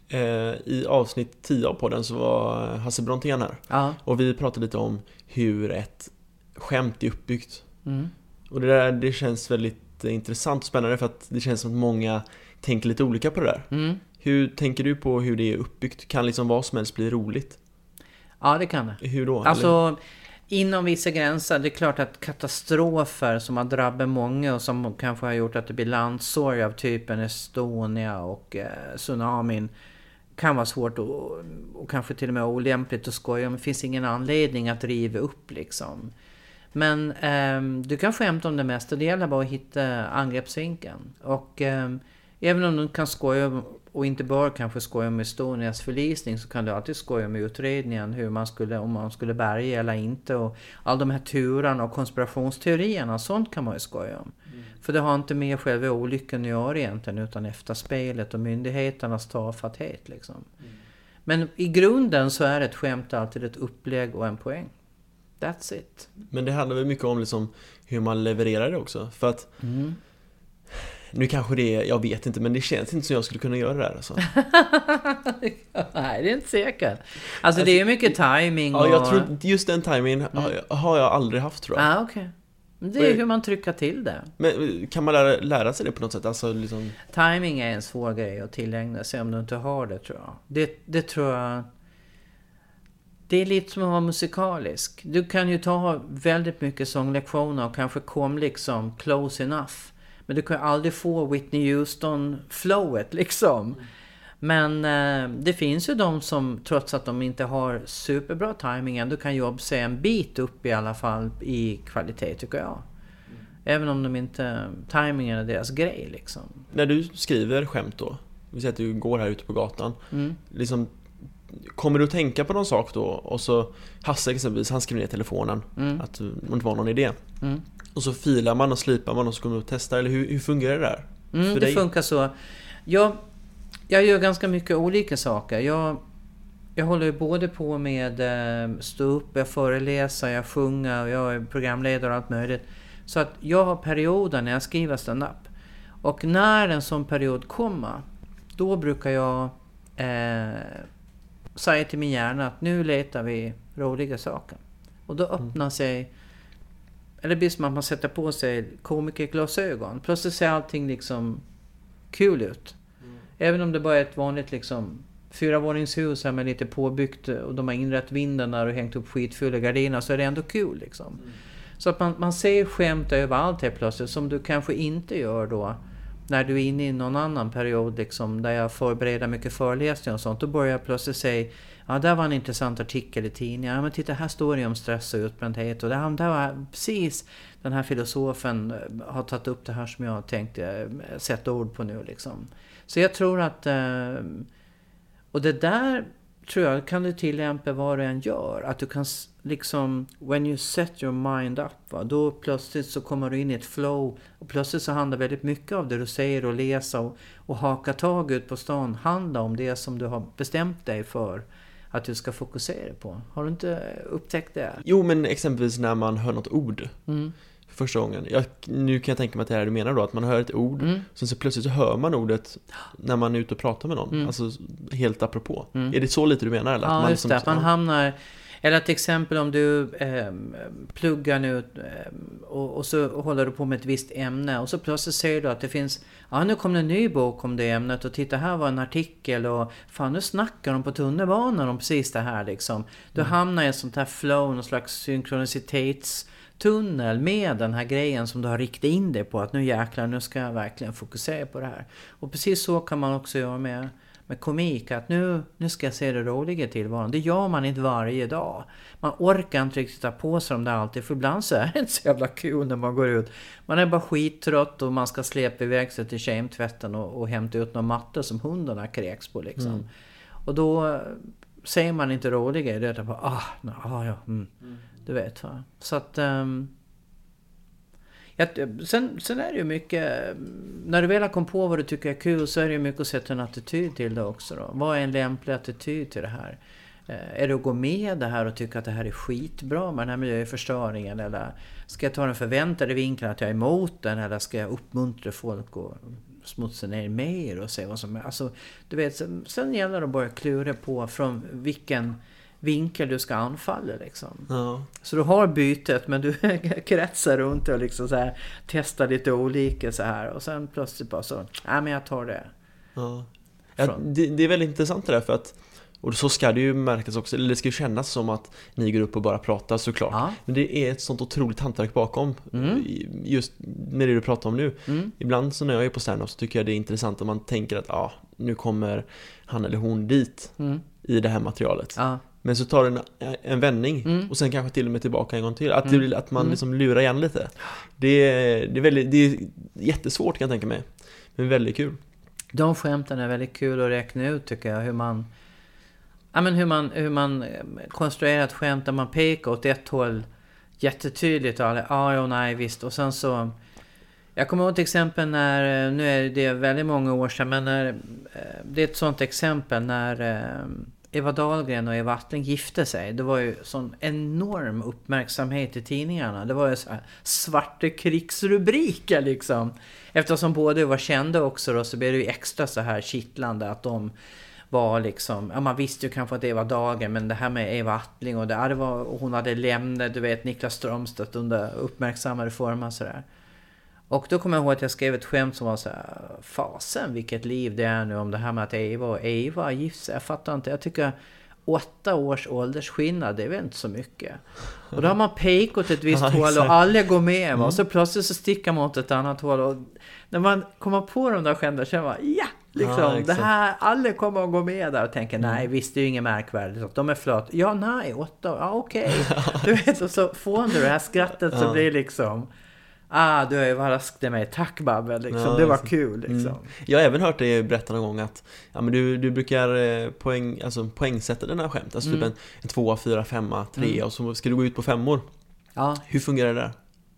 Eh, I avsnitt tio av podden så var Hasse Brontén här. Ja. Och vi pratade lite om hur ett skämt är uppbyggt. Mm. Och det där, det känns väldigt intressant och spännande, för att det känns som att många tänker lite olika på det där. Mm. Hur tänker du på hur det är uppbyggt? Kan liksom vad som helst bli roligt? Ja, det kan det. Hur då? Alltså, eller? Inom vissa gränser, det är klart att katastrofer som har drabbat många och som kanske har gjort att det blir landsorg av typen Estonia och eh, tsunamin kan vara svårt och, och kanske till och med olämpligt att skoja, men det finns ingen anledning att riva upp liksom. Men eh, du kan skämta om det mesta, det gäller bara att hitta angreppsvinkeln. Och eh, även om du kan skoja och inte bara kanske skoja om Estonias förlisning, så kan du alltid skoja om utredningen, hur man skulle, om man skulle bärga eller inte, och all de här turerna och konspirationsteorierna, sånt kan man ju skoja om. Mm. För det har inte med själva olyckan att göra egentligen, utan efterspelet och myndigheternas tafatthet liksom. Mm. Men i grunden så är ett skämt alltid ett upplägg och en poäng. That's it. Men det handlar väl mycket om liksom hur man levererar det också. För att mm. nu kanske det är, jag vet inte, men det känns inte som jag skulle kunna göra det där alltså. Nej, det är inte säkert. Alltså, det är mycket timing. Och... Ja, jag och... tror just den timingen mm. har, har jag aldrig haft, tror jag. Ah, okej. Okay. Det är men, hur man trycker till det. Men kan man lära, lära sig det på något sätt? Alltså, liksom... Timing är en svår grej att tillägna sig om du inte har det, tror jag. Det, det tror jag... Det är lite som att vara musikalisk. Du kan ju ta väldigt mycket sånglektioner och kanske kom liksom close enough. Men du kan aldrig få Whitney Houston-flowet liksom. Mm. Men eh, det finns ju de som, trots att de inte har superbra timing, ändå kan jobba sig en bit upp i alla fall i kvalitet, tycker jag. Mm. Även om de inte, timingen är deras grej liksom. När du skriver skämt då, vi säger att du går här ute på gatan, mm. liksom, kommer du att tänka på någon sak då? Och så Hasse exempelvis, han skriver ner telefonen, mm. att det inte var någon idé. Mm. Och så filar man och slipar man och så kommer du att testa. Eller hur, hur fungerar det där? Mm, det dig? funkar så. Jag, jag gör ganska mycket olika saker. Jag, jag håller både på med eh, stå upp, jag föreläser, jag sjunger, jag är programledare och allt möjligt. Så att jag har perioder när jag skriver stand-up. Och när en sån period kommer, då brukar jag eh, säga till min hjärna att nu letar vi roliga saker. Och då öppnar mm. sig... Eller det blir som att man sätter på sig komikerglasögon. Plötsligt ser allting liksom kul ut. Mm. Även om det bara är ett vanligt liksom fyravåningshus här med lite påbyggt och de har inrett vinden där och hängt upp skitfulla gardiner, så är det ändå kul liksom. Mm. Så att man, man ser skämt överallt här plötsligt, som du kanske inte gör då när du är inne i någon annan period liksom, där jag förbereder mycket föreläsningar och sånt. Då börjar jag plötsligt säga, ja, där var en intressant artikel i tidningen. Ja, men titta, här står det om stress och utbrändhet. Och där, där var precis den här filosofen har tagit upp det här som jag tänkte sätta ord på nu liksom. Så jag tror att, och det där tror jag kan du tillämpa vad du än gör. Att du kan liksom, when you set your mind up, va, då plötsligt så kommer du in i ett flow. Och plötsligt så handlar väldigt mycket av det du säger och läsa och, och haka tag ut på stan handlar om det som du har bestämt dig för att du ska fokusera på. Har du inte upptäckt det? Jo, men exempelvis när man hör något ord mm. för första gången. Jag, nu kan jag tänka mig att det är det du menar då, att man hör ett ord, mm. sen så plötsligt så hör man ordet när man är ute och pratar med någon. Mm. Alltså helt apropå. Mm. Är det så lite du menar? Eller? Ja, att man just liksom, det. Att man hamnar... Eller till exempel om du eh, pluggar nu eh, och, och så håller du på med ett visst ämne och så plötsligt ser du att det finns, ja, nu kommer en ny bok om det ämnet och titta, här var en artikel och fan, nu snackar de på tunnelbanan om precis det här liksom. Du mm. hamnar i ett sånt här flow, någon slags synkronicitetstunnel med den här grejen som du har riktat in dig på, att nu jäklar, nu ska jag verkligen fokusera på det här. Och precis så kan man också göra med med komik, att nu, nu ska jag se det roliga tillvaron. Det gör man inte varje dag. Man orkar inte riktigt ta på sig dem där alltid, för ibland så är det inte så jävla kul när man går ut. Man är bara skittrött och man ska släpa iväg sig till kemtvätten och, och hämta ut några mattor som hundarna kräks på liksom. Mm. Och då säger man inte roliga, det är bara, ah, no, ah ja, mm. Mm. Du vet va. Så att... Um, Ja, sen, sen är det ju mycket, när du väl har kommit på vad du tycker är kul, så är det ju mycket att sätta en attityd till det också då. Vad är en lämplig attityd till det här? Eh, är det att gå med det här och tycka att det här är skitbra med den här miljöförstöringen? Eller ska jag ta den förväntade vinkeln att jag är emot den? Eller ska jag uppmuntra folk och smutsa ner mer och se vad som är. Alltså, du vet, sen, sen gäller det att börja klura på från vilken vinkel du ska anfalla liksom. Ja. Så du har bytet, men du kretsar runt och liksom så här, testar lite olika så här, och sen plötsligt bara så, nej men jag tar det. Ja. Ja, det, det är väldigt intressant det där, för att, och så ska det ju märkas också, eller det ska ju kännas som att ni går upp och bara pratar såklart. Ja. Men det är ett sånt otroligt hantverk bakom, mm. just med det du pratar om nu. Mm. Ibland så när jag är på stand-up så tycker jag det är intressant om man tänker att ah, nu kommer han eller hon dit mm. i det här materialet. Ja. Men så tar det en, en vändning mm. och sen kanske till och med tillbaka en gång till. Att, mm. det, att man liksom lurar igen lite. Det är, det är, väldigt, det är jättesvårt kan jag tänka mig. Men väldigt kul. De skämten är väldigt kul att räkna ut tycker jag. Hur man, ja, men hur man, hur man konstruerar ett skämt där man pekar åt ett håll jättetydligt. Och alla, ja, ja, nej, visst. Och sen så... Jag kommer ihåg till exempel när... Nu är det väldigt många år sedan. Men när, det är ett sånt exempel när... Eva Dahlgren och Eva Attling gifte sig. Det var ju sån enorm uppmärksamhet i tidningarna. Det var ju så här svarta krigsrubriker liksom. Eftersom båda var kända också då, så blev det ju extra så här kittlande att de var liksom... Ja, man visste ju kanske att det var Dahlgren, men det här med Eva Attling och det, ja, det var, och hon hade lämnat, du vet, Niklas Strömstedt under uppmärksammade former sådär. Och då kommer jag ihåg att jag skrev ett skämt som var så här: fasen vilket liv det är nu om det här med att Eva och Eva gift sig. Jag fattar inte, jag tycker åtta års åldersskillnad, det är väl inte så mycket. Och då har man pekat ett visst håll och alla går med mm. och så plötsligt så stickar man åt ett annat håll, och när man kommer på de där skämten känner man, ja, liksom, ja, det här, alla kommer att gå med där och tänker, mm. nej visst det är ju inget märkvärdigt, de är flöt, ja nej, åtta år, ja okej okay. Du vet, och så får du det här skrattet så blir liksom, ah, du har ju överraskat mig. Tack Babben, liksom. Ja, det var kul liksom. Mm. Jag har även hört dig berätta någon gång att ja, men du, du brukar eh, poäng, alltså, poängsätta den här skämt. Alltså mm. typ en, en tvåa, fyra, femma, tre mm. och så ska du gå ut på femmor. Ja. Hur fungerar det där?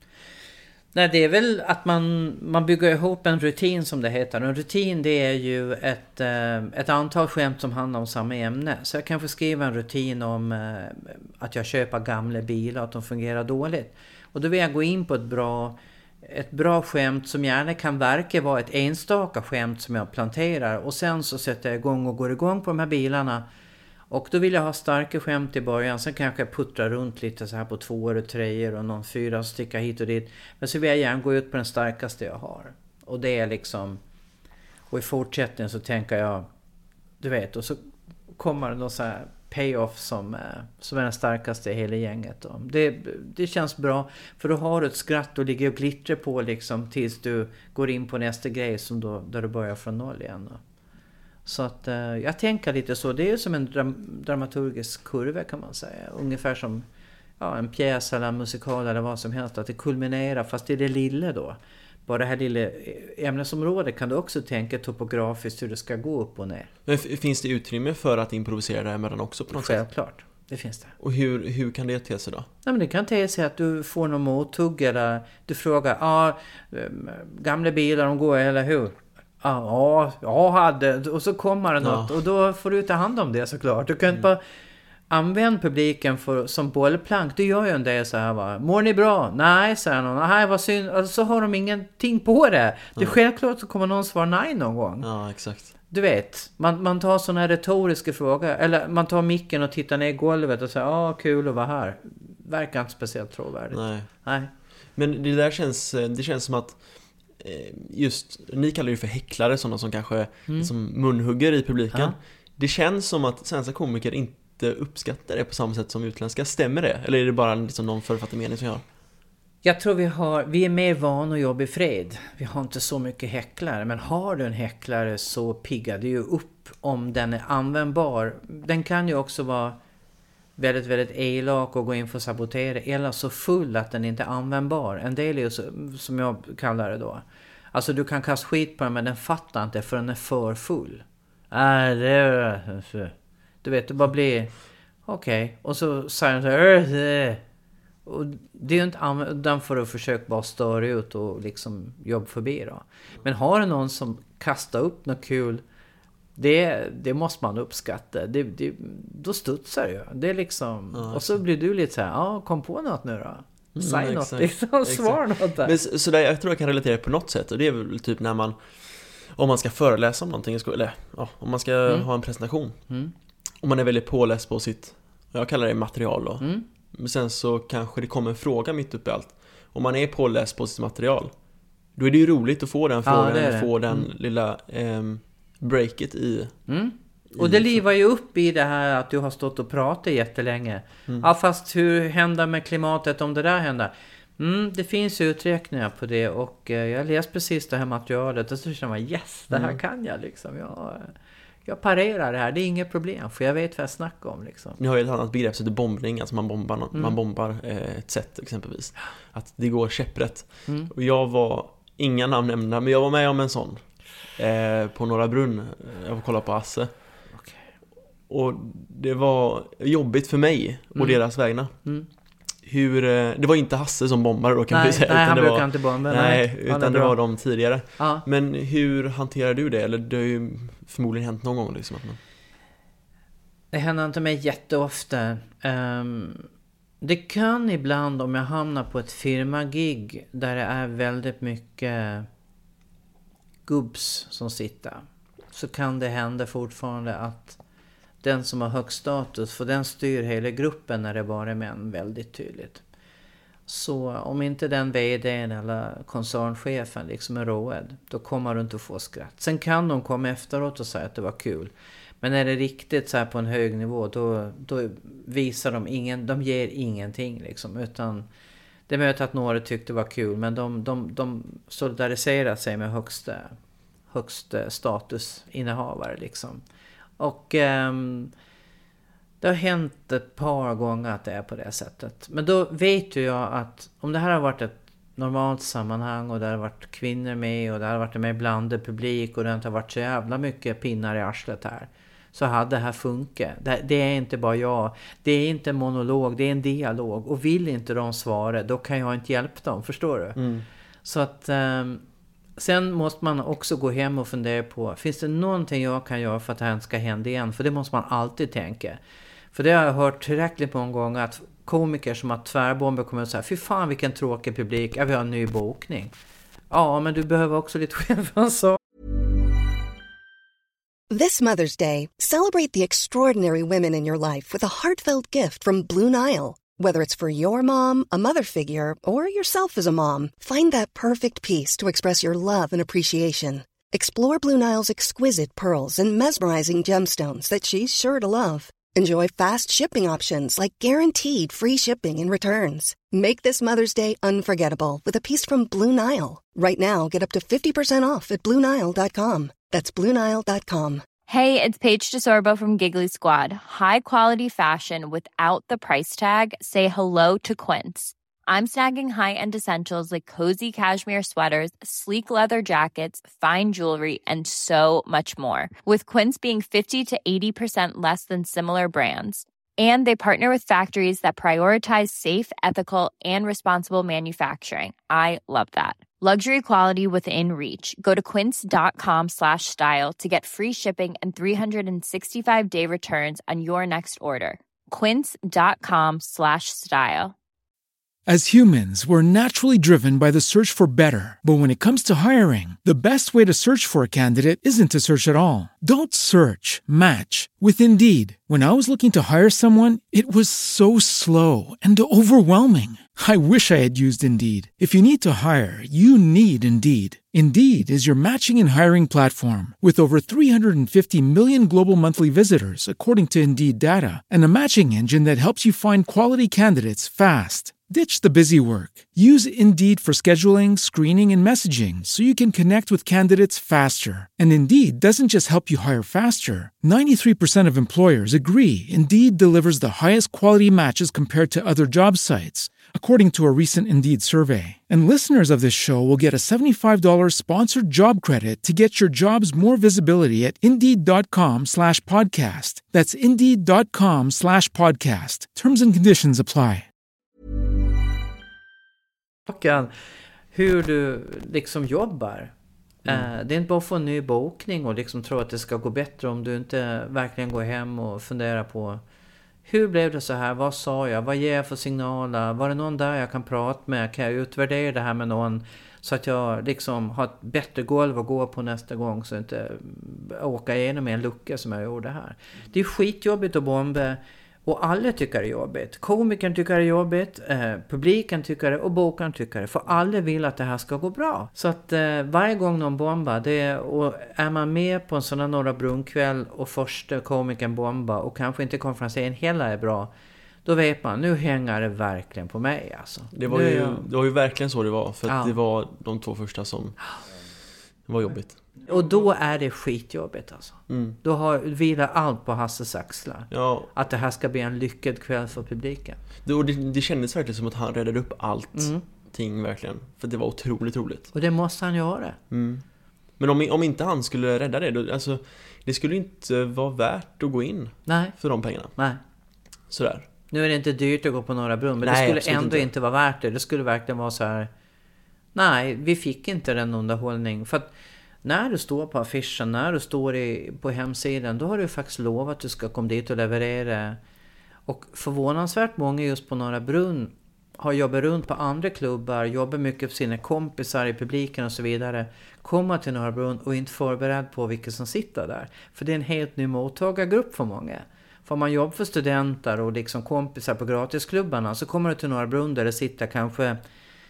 Nej, det är väl att man, man bygger ihop en rutin som det heter. En rutin, det är ju ett, eh, ett antal skämt som handlar om samma ämne. Så jag kan få skriva en rutin om eh, att jag köper gamla bilar, att de fungerar dåligt. Och då vill jag gå in på ett bra, ett bra skämt som gärna kan verka vara ett enstaka skämt som jag planterar. Och sen så sätter jag igång och går igång på de här bilarna. Och då vill jag ha starka skämt i början. Sen kanske jag puttra runt lite så här på tvåor och treor och någon fyra och sticka hit och dit. Men så vill jag gärna gå ut på den starkaste jag har. Och det är liksom... Och i fortsättningen så tänker jag... Du vet, och så kommer det någon så här payoff som, som är den starkaste i hela gänget. Då. Det, det känns bra. För då har du ett skratt och ligger och glittrar på liksom tills du går in på nästa grej som då, där du börjar från noll igen. Då. Så att eh, jag tänker lite så. Det är ju som en dram- dramaturgisk kurva kan man säga. Ungefär som ja, en pjäs eller en musikal eller vad som helst. Att det kulminerar fast det är det lilla då. Bara det här lilla ämnesområdet kan du också tänka topografiskt hur det ska gå upp och ner. Men finns det utrymme för att improvisera det här mellan också på något sätt? Självklart, det finns det. Och hur, hur kan det te sig då? Ja, men det kan te sig att du får någon mottugg eller du frågar, ja, ah, gamla bilar de går eller hur? Ja, ja, hade. Och så kommer det något. Ja. Och då får du ta hand om det såklart. Du kan inte mm. bara använda publiken för, som bollplank. Du gör ju en del så här va. Mår ni bra? Nej, säger någon. Nej, vad synd. Alltså, så har de ingenting på det. Det är ja. självklart så kommer någon svara nej någon gång. Ja, exakt. Du vet, man, man tar sådana här retoriska frågor. Eller man tar micken och tittar ner i golvet och säger, ja, ah, kul att vara här. Verkar inte speciellt trovärdigt. Nej. Nej. Men det där känns, det känns som att just, ni kallar det för häcklare, sådana som kanske mm. som munhugger i publiken. Ja. Det känns som att svenska komiker inte uppskattar det på samma sätt som utländska. Stämmer det? Eller är det bara liksom någon författad mening som gör? Jag tror vi har, vi är mer vana att jobba i fred. Vi har inte så mycket häcklare. Men har du en häcklare så piggar det ju upp om den är användbar. Den kan ju också vara väldigt, väldigt elak och gå in för att sabotera. Eller så full att den inte är användbar. En del är ju så, som jag kallar det då. Alltså du kan kasta skit på den men den fattar inte för den är för full. Äh, det är... Du vet, det bara blir... Okej. Okay. Och så säger den så här... Och det är ju inte använd... Den får du försöka bara störa ut och liksom jobba förbi då. Men har du någon som kastar upp något kul... Det, det måste man uppskatta. Det, det, då studsar ju. Det är liksom... Ja, och så blir du lite så här... Ja, kom på något nu då. Säg mm, något, liksom, svar något där. Men, så där, jag tror jag kan relatera på något sätt. Och det är väl typ när man om man ska föreläsa om någonting, eller ja, om man ska mm. ha en presentation. Mm. Om man är väldigt påläst på sitt, jag kallar det material då. Mm. Men sen så kanske det kommer en fråga mitt uppe i allt. Om man är påläst på sitt material, då är det ju roligt att få den frågan, ja, det få den mm. lilla eh, breaket i... Mm. Och det livar ju upp i det här att du har stått och pratat jättelänge. Mm. Ja, fast hur händer med klimatet om det där händer? Mm, det finns uträkningar på det, och eh, jag läste precis det här materialet och så känner man, yes, det här mm. kan jag liksom. Jag, jag parerar det här, det är inget problem, för jag vet vad jag snackar om liksom. Ni har ju ett annat begrepp som heter bombning, alltså man bombar, mm. man bombar eh, ett sätt exempelvis. Att det går käpprätt. Mm. Och jag var, inga namn nämnda, men jag var med om en sån eh, på Norra Brunn. Jag var kolla på Asse. Och det var jobbigt för mig och mm. deras vägnar. Mm. Hur, det var inte Hasse som bombade då, kan nej, vi säga. Nej, utan han det brukar var, inte bomba. Nej, nej utan det var de tidigare. Ja. Men hur hanterar du det? Eller det har ju förmodligen hänt någon gång liksom, att man... Det händer inte mig jätteofta. Um, det kan ibland, om jag hamnar på ett firmagig där det är väldigt mycket gubbs som sitter, så kan det hända fortfarande att den som har hög status, för den styr hela gruppen när det bara är män, väldigt tydligt. Så om inte den vdn eller koncernchefen liksom är råd, då kommer du inte att få skratt. Sen kan de komma efteråt och säga att det var kul. Men när det är riktigt så här på en hög nivå, då, då visar de ingen, de ger ingenting liksom, utan det möter att några tyckte det var kul, men de, de, de solidariserar sig med högsta, högsta statusinnehavare liksom. Och um, det har hänt ett par gånger att det är på det sättet. Men då vet ju jag att om det här har varit ett normalt sammanhang och det har varit kvinnor med och det har varit en mer blandad publik och det inte har varit så jävla mycket pinnar i arslet här, så hade det här funkat. Det, det är inte bara jag. Det är inte en monolog, det är en dialog. Och vill inte de svara, då kan jag inte hjälpa dem, förstår du? Mm. Så att... Um, Sen måste man också gå hem och fundera på, finns det någonting jag kan göra för att det här ska hända igen? För det måste man alltid tänka. För det har jag hört tillräckligt många gånger att komiker som har tvärbomber kommer att säga, fy fan vilken tråkig publik, jag vill ha en ny bokning. Ja, men du behöver också lite självansvar. This Mother's Day, celebrate the extraordinary women in your life with a heartfelt gift from Blue Nile. Whether it's for your mom, a mother figure, or yourself as a mom, find that perfect piece to express your love and appreciation. Explore Blue Nile's exquisite pearls and mesmerizing gemstones that she's sure to love. Enjoy fast shipping options like guaranteed free shipping and returns. Make this Mother's Day unforgettable with a piece from Blue Nile. Right now, get up to fifty percent off at blue nile dot com. That's blue nile dot com. Hey, it's Paige DeSorbo from Giggly Squad. High quality fashion without the price tag. Say hello to Quince. I'm snagging high-end essentials like cozy cashmere sweaters, sleek leather jackets, fine jewelry, and so much more. With Quince being fifty to eighty percent less than similar brands. And they partner with factories that prioritize safe, ethical, and responsible manufacturing. I love that. Luxury quality within reach. Go to quince.com slash style to get free shipping and three sixty-five day returns on your next order. Quince.com slash style. As humans, we're naturally driven by the search for better. But when it comes to hiring, the best way to search for a candidate isn't to search at all. Don't search, match with Indeed. When I was looking to hire someone, it was so slow and overwhelming. I wish I had used Indeed. If you need to hire, you need Indeed. Indeed is your matching and hiring platform with over three hundred fifty million global monthly visitors, according to Indeed data, and a matching engine that helps you find quality candidates fast. Ditch the busy work. Use Indeed for scheduling, screening, and messaging so you can connect with candidates faster. And Indeed doesn't just help you hire faster. ninety-three percent of employers agree Indeed delivers the highest quality matches compared to other job sites, according to a recent Indeed survey. And listeners of this show will get a seventy-five dollars sponsored job credit to get your jobs more visibility at Indeed.com slash podcast. That's Indeed.com slash podcast. Terms and conditions apply. Hur du liksom jobbar. Mm. Det är inte bara att få en ny bokning och liksom tro att det ska gå bättre om du inte verkligen går hem och funderar på hur blev det så här, vad sa jag, vad ger jag för signaler, var det någon där jag kan prata med, kan jag utvärdera det här med någon, Så att jag liksom har ett bättre golv att gå på nästa gång. Så jag inte åka igenom en lucka som jag gjorde här. Det är skitjobbigt att bomba. Och alla tycker det är jobbigt. Komikern tycker det är jobbigt. Eh, publiken tycker det. Och bokaren tycker det. För alla vill att det här ska gå bra. Så att eh, varje gång någon bombar. Det är, och är man med på en sån här Norra Brunkväll. Och första komikern bombar. Och kanske inte konferensen heller är bra. Då vet man, nu hänger det verkligen på mig. Alltså. Det, var ju, jag... det var ju verkligen så det var. För att ja. det var de två första som det var jobbigt. Och då är det skitjobbigt alltså. Mm. Då har, vilar allt på Hasses axlar. Ja. Att det här ska bli en lyckad kväll för publiken. Det, och det, det kändes verkligen som att han räddade upp allting mm. verkligen. För det var otroligt roligt. Och det måste han göra. Mm. Men om, om inte han skulle rädda det, då, alltså, det skulle inte vara värt att gå in Nej. för de pengarna. Nej. Sådär. Nu är det inte dyrt att gå på Norra Brunn, men nej, det skulle ändå inte. inte vara värt det. Det skulle verkligen vara så här. Nej, vi fick inte den underhållning. För att när du står på affischen, när du står i, på hemsidan, då har du faktiskt lovat att du ska komma dit och leverera. Och förvånansvärt många just på Norra Brunn har jobbat runt på andra klubbar, jobbar mycket för sina kompisar i publiken och så vidare. Kommer till Norra Brunn och inte förberedd på vilka som sitter där. För det är en helt ny mottagargrupp för många. För man jobbar för studenter och liksom kompisar på gratisklubbarna, så kommer du till Norra Brunn där det sitter kanske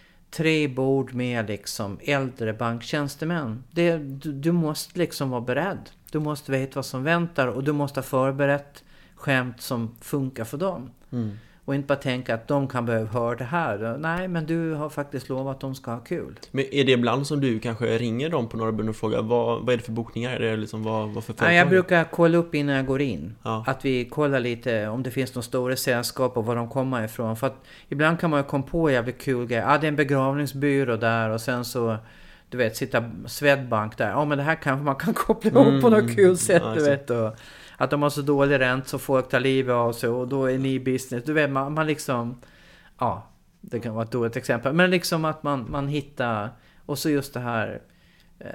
tre bord med liksom äldre banktjänstemän. Det, du, du måste liksom vara beredd. Du måste veta vad som väntar och du måste ha förberett skämt som funkar för dem. Mm. Och inte bara tänka att de kan behöva höra det här. Nej, men du har faktiskt lovat att de ska ha kul. Men är det ibland som du kanske ringer dem på Norra Brunn och frågar vad, vad är det för bokningar? Är det liksom, vad, vad för företag? Ja, jag brukar kolla upp innan jag går in. Ja. Att vi kollar lite om det finns några stora sällskap och var de kommer ifrån. För att ibland kan man ju komma på jävligt kul grejer. Ja, det är en begravningsbyrå där och sen så, du vet, sitta Swedbank där. Ja, men det här kanske man kan koppla ihop mm. på något kul sätt, ja, du vet. Och att de har så dålig rent så folk tar livet av sig och då är ni business. Du vet, man, man liksom, ja, det kan vara ett dåligt exempel. Men liksom att man, man hittar, och så just det här, eh,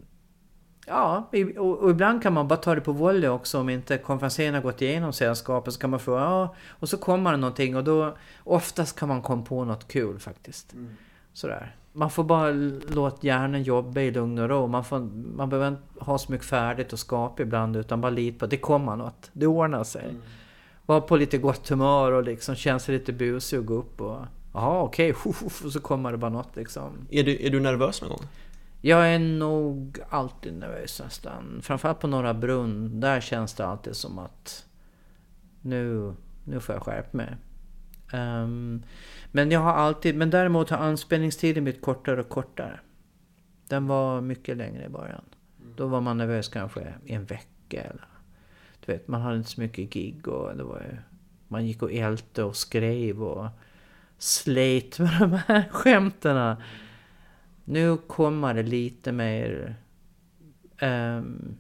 ja, och, och ibland kan man bara ta det på volley också om inte konferensen har gått igenom sällskapet, så kan man få, ja, och så kommer det någonting och då, oftast kan man komma på något kul faktiskt. Mm. Sådär. Man får bara låta hjärnan jobba i lugn och ro. Man, får, man behöver inte ha så mycket färdigt och skapa ibland, utan bara lita på att det kommer något. Det ordnar sig. Mm. Var på lite gott humör och liksom känna sig lite busig och gå upp och jaha, okej, okay. Och så kommer det bara något liksom. Är du, är du nervös någon gång? Jag är nog alltid nervös nästan. Framförallt på Norra Brunn. Där känns det alltid som att nu, nu får jag skärpa mig. Um, men jag har alltid, men däremot har anspänningstiden blivit kortare och kortare. Den var mycket längre i början. Mm. Då var man nervös kanske en vecka eller, du vet, man hade inte så mycket gig och det var ju, man gick och älte och skrev och slet med de här skämten. Mm. Nu kommer det lite mer um,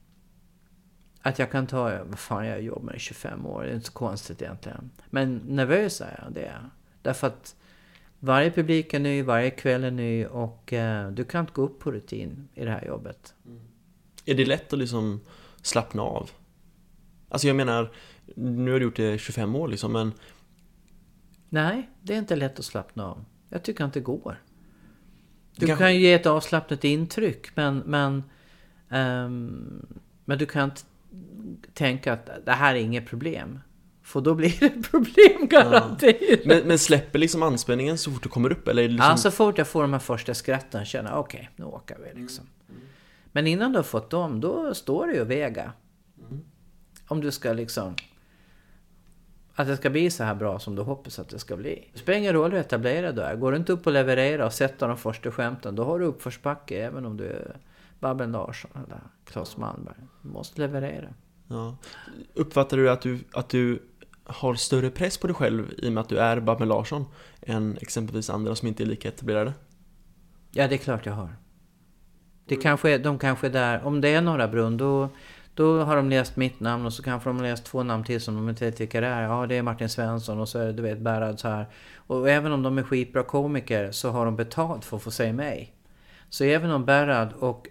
att jag kan ta, vad fan, jag jobbar i tjugofem år, det är inte så konstigt egentligen. Men nervös är jag, det är. Därför att varje publik är ny, varje kväll är ny och uh, du kan inte gå upp på rutin i det här jobbet. Mm. Är det lätt att liksom slappna av? Alltså jag menar, nu har du gjort det i tjugofem år liksom, men... Nej, det är inte lätt att slappna av. Jag tycker inte det går. Du kan, kan ju ge ett avslappnat intryck, men, men, um, men du kan inte tänka att det här är inget problem. För då blir det ett problem garanterat. Ja. Men, men släpper liksom anspänningen så fort du kommer upp? Eller är det liksom... Ja, så fort jag får de här första skratten känner jag, okej, okay, nu åker vi liksom. Mm. Mm. Men innan du har fått dem, då står det ju och väga. Mm. Om du ska liksom... Att det ska bli så här bra som du hoppas att det ska bli. Det spelar ingen roll hur etablerad du är. Går du inte upp och leverera och sätter de första skämten, då har du uppförsbacke även om du är Babben Larsson eller Claes Malmberg. Du måste leverera. Ja. Uppfattar du att du, att du har större press på dig själv i och med att du är Babben Larsson än exempelvis andra som inte är lika etablerade? Ja, det är klart jag har. Det kanske, de kanske är där, om det är Norra Brunn, då... Då har de läst mitt namn och så kanske de läst två namn till som de inte tycker det är. Ja, det är Martin Svensson och så är det, du vet, Bärad så här. Och även om de är skitbra komiker så har de betalt för att få säga mig. Så även om Bärad och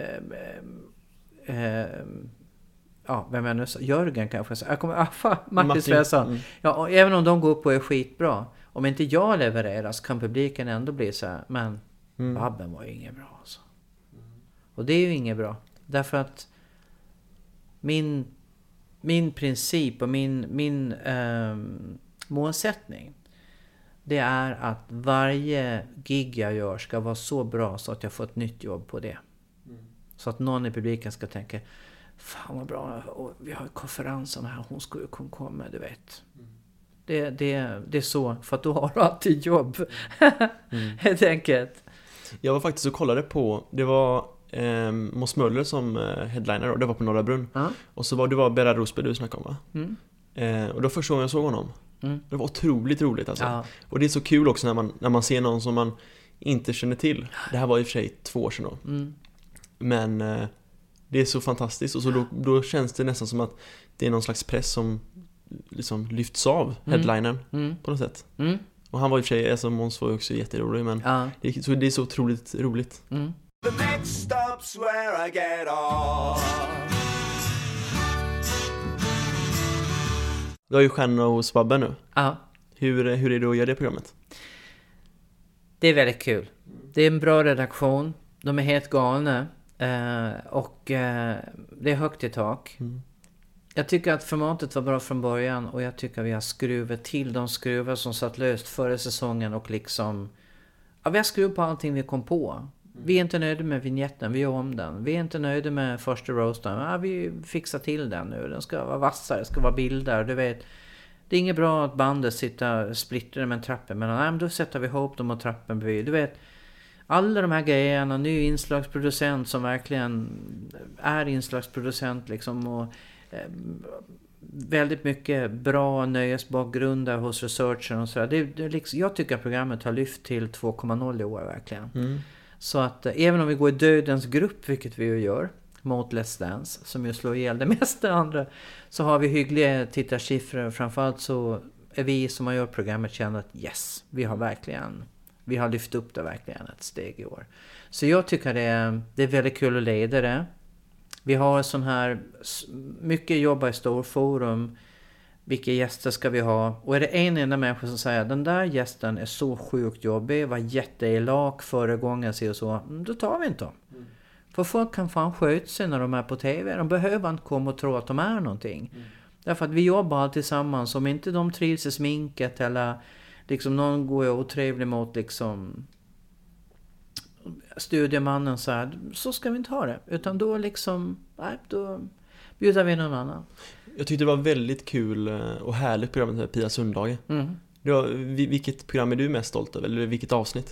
äh, äh, ja, vem är nu så? Jörgen kanske. Jag kommer, ah, fan, Martin, Martin Svensson. Mm. Ja, och även om de går upp och är skitbra, om inte jag levererar så kan publiken ändå bli så här, men Mm. Babben var ju inget bra alltså. Mm. Och det är ju inget bra. Därför att min, min princip och min, min eh, målsättning, det är att varje gig jag gör ska vara så bra så att jag får ett nytt jobb på det. Mm. Så att någon i publiken ska tänka, fan vad bra, och vi har konferensen här, hon skulle ju kunna komma, du vet. Mm. Det, det, det är så, för att då har du alltid jobb. Mm. Helt enkelt. Jag var faktiskt och kollade på, det var eh, Måns Möller som eh, headliner, och det var på Norra Brunn. Uh-huh. Och så var det var Berra Rosberg du snackade om, va? Mm. Eh, och då första gången jag såg honom. Mm. Det var otroligt roligt alltså. Ja. Och det är så kul också när man, när man ser någon som man inte känner till. Det här var i och för sig två år sedan då. Mm. Men eh, det är så fantastiskt. Och så då, då känns det nästan som att det är någon slags press som liksom lyfts av headlinern mm. Mm. på något sätt. Mm. Och han var i och för sig, alltså Måns var ju också jätterolig, men ja. det, så det är så otroligt roligt. Mm. The next stop's where I get off. Du har ju stjärna hos Babben nu. Ja. Hur, hur är det att göra det programmet? Det är väldigt kul. Det är en bra redaktion. De är helt galna. Eh, och eh, det är högt i tak. Mm. Jag tycker att formatet var bra från början. Och jag tycker att vi har skruvat till de skruvar som satt löst förra säsongen. Och liksom... Ja, vi har skruvat på allting vi kom på. Mm. Vi är inte nöjda med vignetten. Vi gör om den. Vi är inte nöjda med första roasten. Ja, vi fixar till den nu. Den ska vara vassare. Det ska vara bilder. Du vet... Det är inget bra att bandet sitter splittrar med en trappa. Men nej, men då sätter vi ihop dem och trappen bredvid. Du vet, alla de här grejerna. Ny inslagsproducent som verkligen är inslagsproducent. Liksom, och eh, väldigt mycket bra nöjesbakgrunder hos researchern och sådär. Det, det liksom, jag tycker att programmet har lyft till två komma noll i år verkligen. Mm. Så att eh, även om vi går i dödens grupp, vilket vi ju gör, mot Let's Dance, som ju slår ihjäl det mesta andra, så har vi hyggliga tittarsiffror. Framförallt så är vi som har gjort programmet känner att yes, vi har verkligen vi har lyft upp det verkligen ett steg i år. Så jag tycker det är, det är väldigt kul att leda det. Vi har sån här mycket jobba i storforum. Vilka gäster ska vi ha? Och är det en enda människa som säger den där gästen är så sjukt jobbig, var jätteelak förra gången, så, så då tar vi inte dem. Mm. För folk kan fan sköta sig när de är på tv. De behöver inte komma och tro att de är någonting. Mm. Därför att vi jobbar alltid tillsammans. Om inte de trivs i sminket eller liksom någon går otrevlig mot liksom studiemannen så här, så ska vi inte ha det. Utan då liksom, nej, då bjuder vi någon annan. Jag tyckte det var väldigt kul och härligt program med Pia Sundhage. Mm. Var, vilket program är du mest stolt över? Eller vilket avsnitt?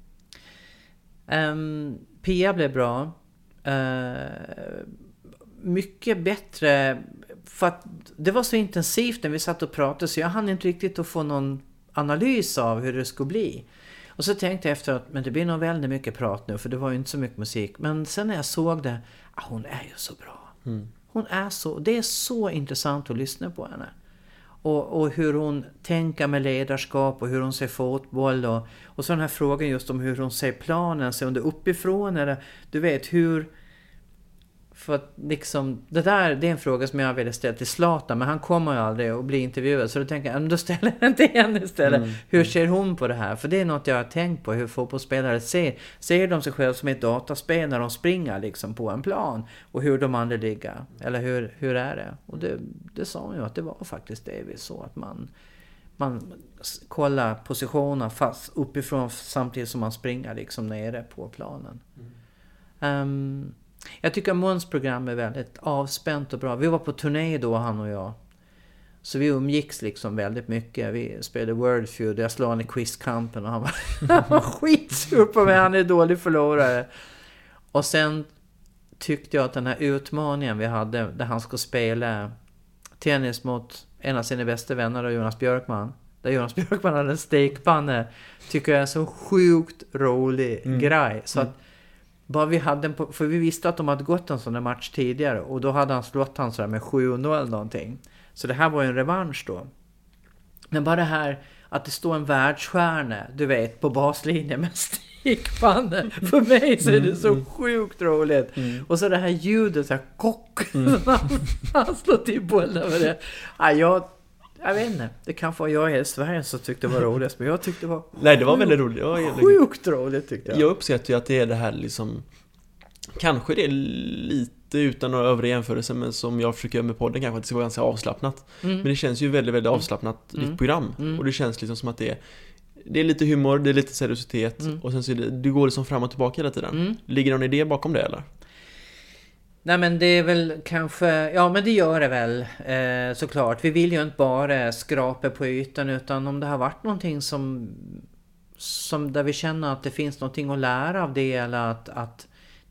Um, Pia blev bra. Uh, mycket bättre, för att det var så intensivt när vi satt och pratade, så jag hann inte riktigt att få någon analys av hur det skulle bli. Och så tänkte jag efter att men det blir nog väldigt mycket prat nu, för det var ju inte så mycket musik. Men sen när jag såg det, ah, hon är ju så bra. Mm. Hon är så, det är så intressant att lyssna på henne. Och, och hur hon tänker med ledarskap och hur hon ser fotboll. Och, och så den här frågan just om hur hon ser planen, ser hon det uppifrån eller du vet hur... För att liksom, det där det är en fråga som jag ville ställa till Zlatan, men han kommer ju aldrig att bli intervjuad. Så då tänker jag, då ställer jag inte igen istället. Mm. Hur ser hon på det här? För det är något jag har tänkt på, hur fotbollsspelare ser. Ser de sig själv som ett dataspel när de springer liksom på en plan? Och hur de andra ligger? Eller hur, hur är det? Och det, det sa hon ju att det var faktiskt det vi så att man, man kollar positioner fast uppifrån samtidigt som man springer liksom nere på planen. Mm. Um, Jag tycker att Måns program är väldigt avspänt och bra. Vi var på turné då, han och jag. Så vi umgicks liksom väldigt mycket. Vi spelade World Feud. Jag slog han i quizkampen och han var, han var skitsur på mig. Han är dålig förlorare. Och sen tyckte jag att den här utmaningen vi hade, där han skulle spela tennis mot en av sina bästa vänner, Jonas Björkman. Där Jonas Björkman hade en stekpanne. Tycker jag är så sjukt rolig mm. grej. Så att bara vi hade en på, för vi visste att de hade gått en sån där match tidigare. Och då hade han slått han sådär med sju noll eller någonting. Så det här var ju en revansch då. Men bara det här att det står en världsstjärna, du vet, på baslinjen med stekpanne. För mig så är det så sjukt roligt. Mm. Och så det här ljudet, så här kock. Mm. Han slår till bollen med det. Ja, jag, Jag vet inte. Det kanske var jag i Sverige som tyckte det var roligt. Men jag tyckte det var... Nej, det var väldigt roligt. Det var sjukt roligt tyckte jag. Jag uppskattar ju att det är det här liksom... Kanske det är lite utan några övriga jämförelser, men som jag försöker göra med podden kanske att det ska vara ganska avslappnat. Mm. Men det känns ju väldigt, väldigt avslappnat mm. ditt program. Mm. Och det känns liksom som att det är... Det är lite humor, det är lite seriositet. Mm. Och sen så är det, du går liksom fram och tillbaka hela tiden. Mm. Ligger någon idé bakom det eller? Nej men det är väl kanske, ja men det gör det väl eh, såklart. Vi vill ju inte bara skrapa på ytan, utan om det har varit någonting som, som där vi känner att det finns någonting att lära av det, eller att, att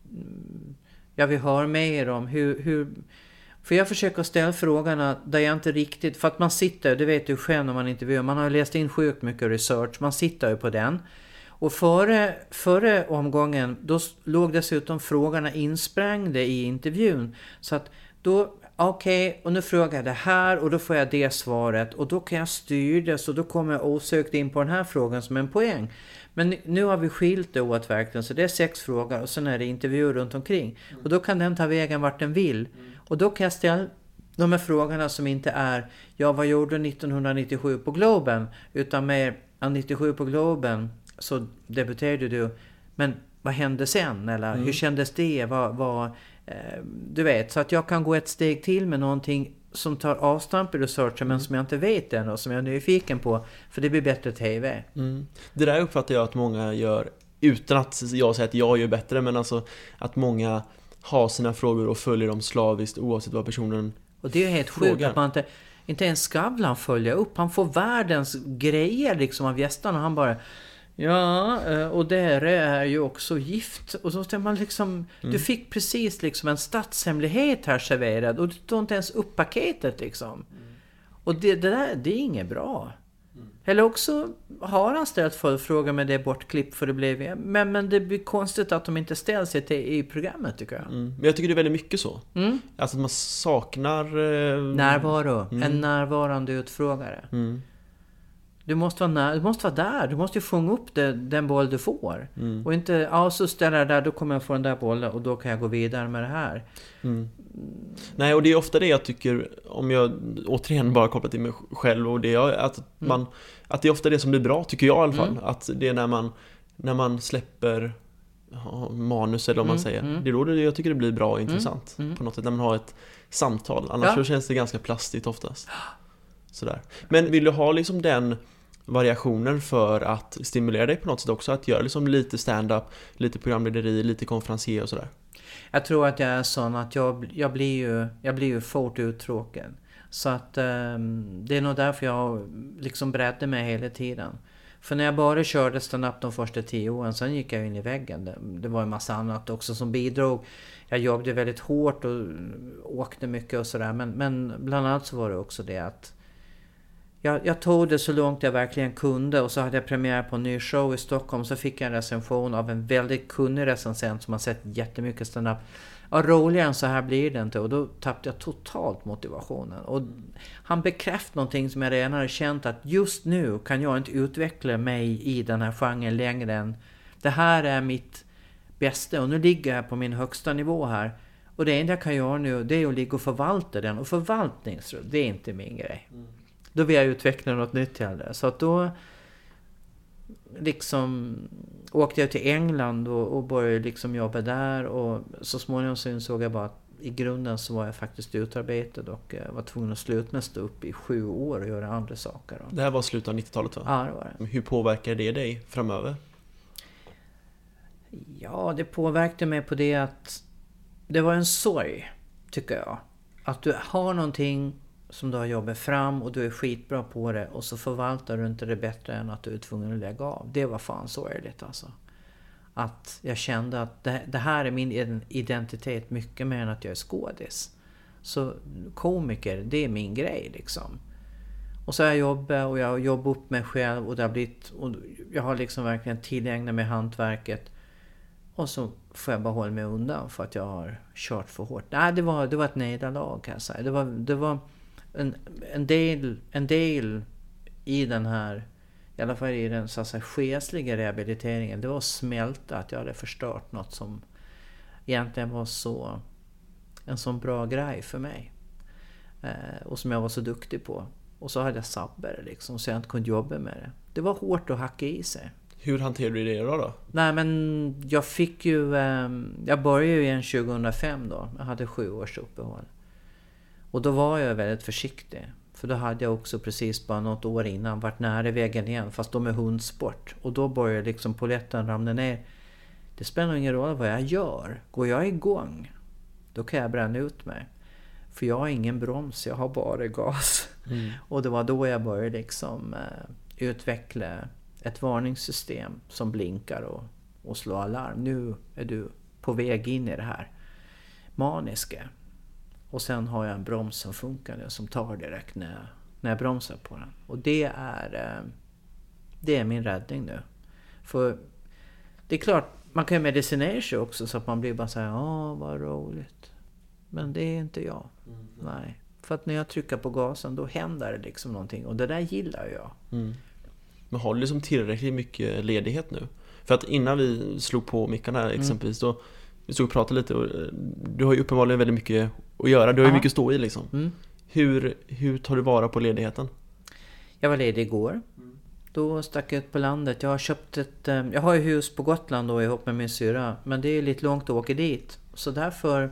ja, vi hör mer om hur, hur för jag försöker ställa frågorna där jag inte riktigt, för att man sitter, det vet du själv när man intervjuar, man har läst in sjukt mycket research, man sitter ju på den. Och före, före omgången, då låg dessutom frågorna insprängda i intervjun. Så att då, okej, okay, och nu frågar jag det här och då får jag det svaret. Och då kan jag styra det, så då kommer jag osökt in på den här frågan som en poäng. Men nu har vi skilt det åt verkligen, så det är sex frågor och sen är det intervjuer runt omkring. Och då kan den ta vägen vart den vill. Och då kan jag ställa de här frågorna som inte är, ja vad gjorde nittonhundranittiosju på Globen? Utan mer, nittiosju på Globen så debuterade du, men vad hände sen? Eller mm. hur kändes det? Vad, vad, eh, du vet, så att jag kan gå ett steg till med någonting som tar avstamp i researchen, men som jag inte vet än och som jag är nyfiken på, för det blir bättre tv. Mm. Det där uppfattar jag att många gör, utan att jag säger att jag gör bättre, men alltså att många har sina frågor och följer dem slaviskt oavsett vad personen och det är helt sjukt att man inte, inte ens Skavlan följer upp. Han får världens grejer liksom av gästerna, han bara ja, och där är ju också gift. Och så stämmer man liksom, mm. du fick precis liksom en statshemlighet här serverad och du tog inte ens upp paketet liksom. Mm. Och det, det där, det är inget bra. Mm. Eller också har han ställt följdfrågor med det bortklipp för det blev, men, men det blir konstigt att de inte ställs sig till i programmet tycker jag. Mm. Men jag tycker det är väldigt mycket så. Mm. Alltså att man saknar eh... närvaro, mm. en närvarande utfrågare. Mm. Du måste vara när, du måste vara där. Du måste ju fånga upp det, den boll du får. Mm. Och inte, ja så ställer jag där, då kommer jag få den där bollen och då kan jag gå vidare med det här. Mm. Nej, och det är ofta det jag tycker, om jag återigen bara kopplar till mig själv och det, att, man, mm. att det är ofta det som blir bra, tycker jag i alla fall. Mm. Att det är när man, när man släpper ja, manus eller vad man mm. säger. Mm. Det är då det, jag tycker det blir bra och intressant. Mm. Mm. På något sätt, när man har ett samtal. Annars ja. så känns det ganska plastigt oftast. Sådär. Men vill du ha liksom den variationen för att stimulera dig på något sätt också, att göra liksom lite stand-up, lite programlederi, lite konferencier och sådär? Jag tror att jag är sån att jag, jag blir ju jag blir ju fort uttråkad. Så att um, det är nog därför jag liksom bredde mig hela tiden. För när jag bara körde stand-up de första tio åren, sen gick jag in i väggen. Det, det var en massa annat också som bidrog. Jag jobbade väldigt hårt och åkte mycket och sådär, men, men bland annat så var det också det att Jag, jag tog det så långt jag verkligen kunde, och så hade jag premiär på en ny show i Stockholm, så fick jag en recension av en väldigt kunnig recensent som har sett jättemycket stand-up. Ja, roligare än så här blir det inte, och då tappade jag totalt motivationen. Och han bekräftade någonting som jag redan hade känt, att just nu kan jag inte utveckla mig i den här genren längre än det här är mitt bästa, och nu ligger jag på min högsta nivå här. Och det enda jag kan göra nu, det är att ligga och förvalta den, och förvaltningsråd, det är inte min grej. Mm. Då vill jag utveckla något nytt till det. Så att då liksom åkte jag till England och, och började liksom jobba där. Och så småningom så insåg jag bara att i grunden så var jag faktiskt utarbetad och var tvungen att sluta med stå upp i sju år och göra andra saker. Det här var slutet av nittiotalet va? Ja, det var det. Hur påverkar det dig framöver? Ja, det påverkade mig på det att det var en sorg, tycker jag. Att du har någonting som du har jobbat fram och du är skitbra på det, och så förvaltar du inte det bättre än att du är tvungen att lägga av. Det var fan sorgligt alltså. Att jag kände att det, det här är min identitet mycket mer än att jag är skådis. Så komiker, det är min grej liksom. Och så har jag jobbat och jag har jobbat upp mig själv, och det har blivit, och jag har liksom verkligen tillägnat mig hantverket. Och så får jag bara hålla mig undan för att jag har kört för hårt. Nej, det var, det var ett nederlag kan jag säga. Det var, det var en, en, del, en del i den här, i alla fall i den så att säga själsliga rehabiliteringen, det var att smälta att jag hade förstört något som egentligen var så en sån bra grej för mig. Eh, och som jag var så duktig på. Och så hade jag sabbat det liksom, så jag inte kunde jobba med det. Det var hårt att hacka i sig. Hur hanterade du det då? då? Nej, men jag fick ju... Eh, jag började ju igen tjugohundrafem då. Jag hade sju års uppehåll. Och då var jag väldigt försiktig. För då hade jag också precis bara något år innan varit nära vägen igen. Fast då med hundsport. Och då började liksom poletten ramla ner. Det spelar ingen roll vad jag gör. Går jag igång, då kan jag bränna ut mig. För jag har ingen broms, jag har bara gas. Mm. Och det var då jag började liksom eh, utveckla ett varningssystem som blinkar och, och slår alarm. Nu är du på väg in i det här maniska. Och sen har jag en broms som funkar, som tar direkt när jag, när jag bromsar på den. Och det är, eh, det är min räddning nu. För det är klart, man kan ju medicinera sig också så att man blir bara så här, ja vad roligt. Men det är inte jag. Mm. Nej. För att när jag trycker på gasen, då händer det liksom någonting. Och det där gillar jag. Mm. Men har du liksom tillräckligt mycket ledighet nu? För att innan vi slog på mickarna här, exempelvis, mm. då vi stod och pratade lite. Och du har ju uppenbarligen väldigt mycket att göra. Du har ju Aha. mycket att stå i liksom. Mm. Hur, hur tar du vara på ledigheten? Jag var ledig igår. Mm. Då stack jag ut på landet. Jag har köpt ett... Jag har ju hus på Gotland då ihop med min syra. Men det är lite långt att åka dit. Så därför...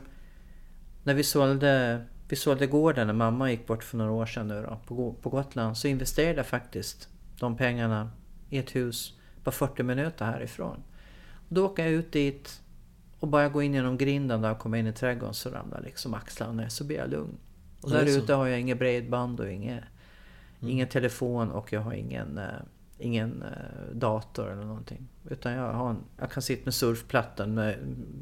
När vi sålde, vi sålde gården när mamma gick bort för några år sedan nu då, på, på Gotland, så investerade jag faktiskt de pengarna i ett hus bara fyrtio minuter härifrån. Och då åker jag ut dit och bara gå in genom grinden där och komma in i trädgården, så ramlar liksom axlarna ner, så blir jag lugn. Och där ute har jag ingen bredband och ingen, mm. ingen telefon, och jag har ingen, uh, ingen uh, dator eller någonting. Utan jag, har en, jag kan sitta med surfplattan med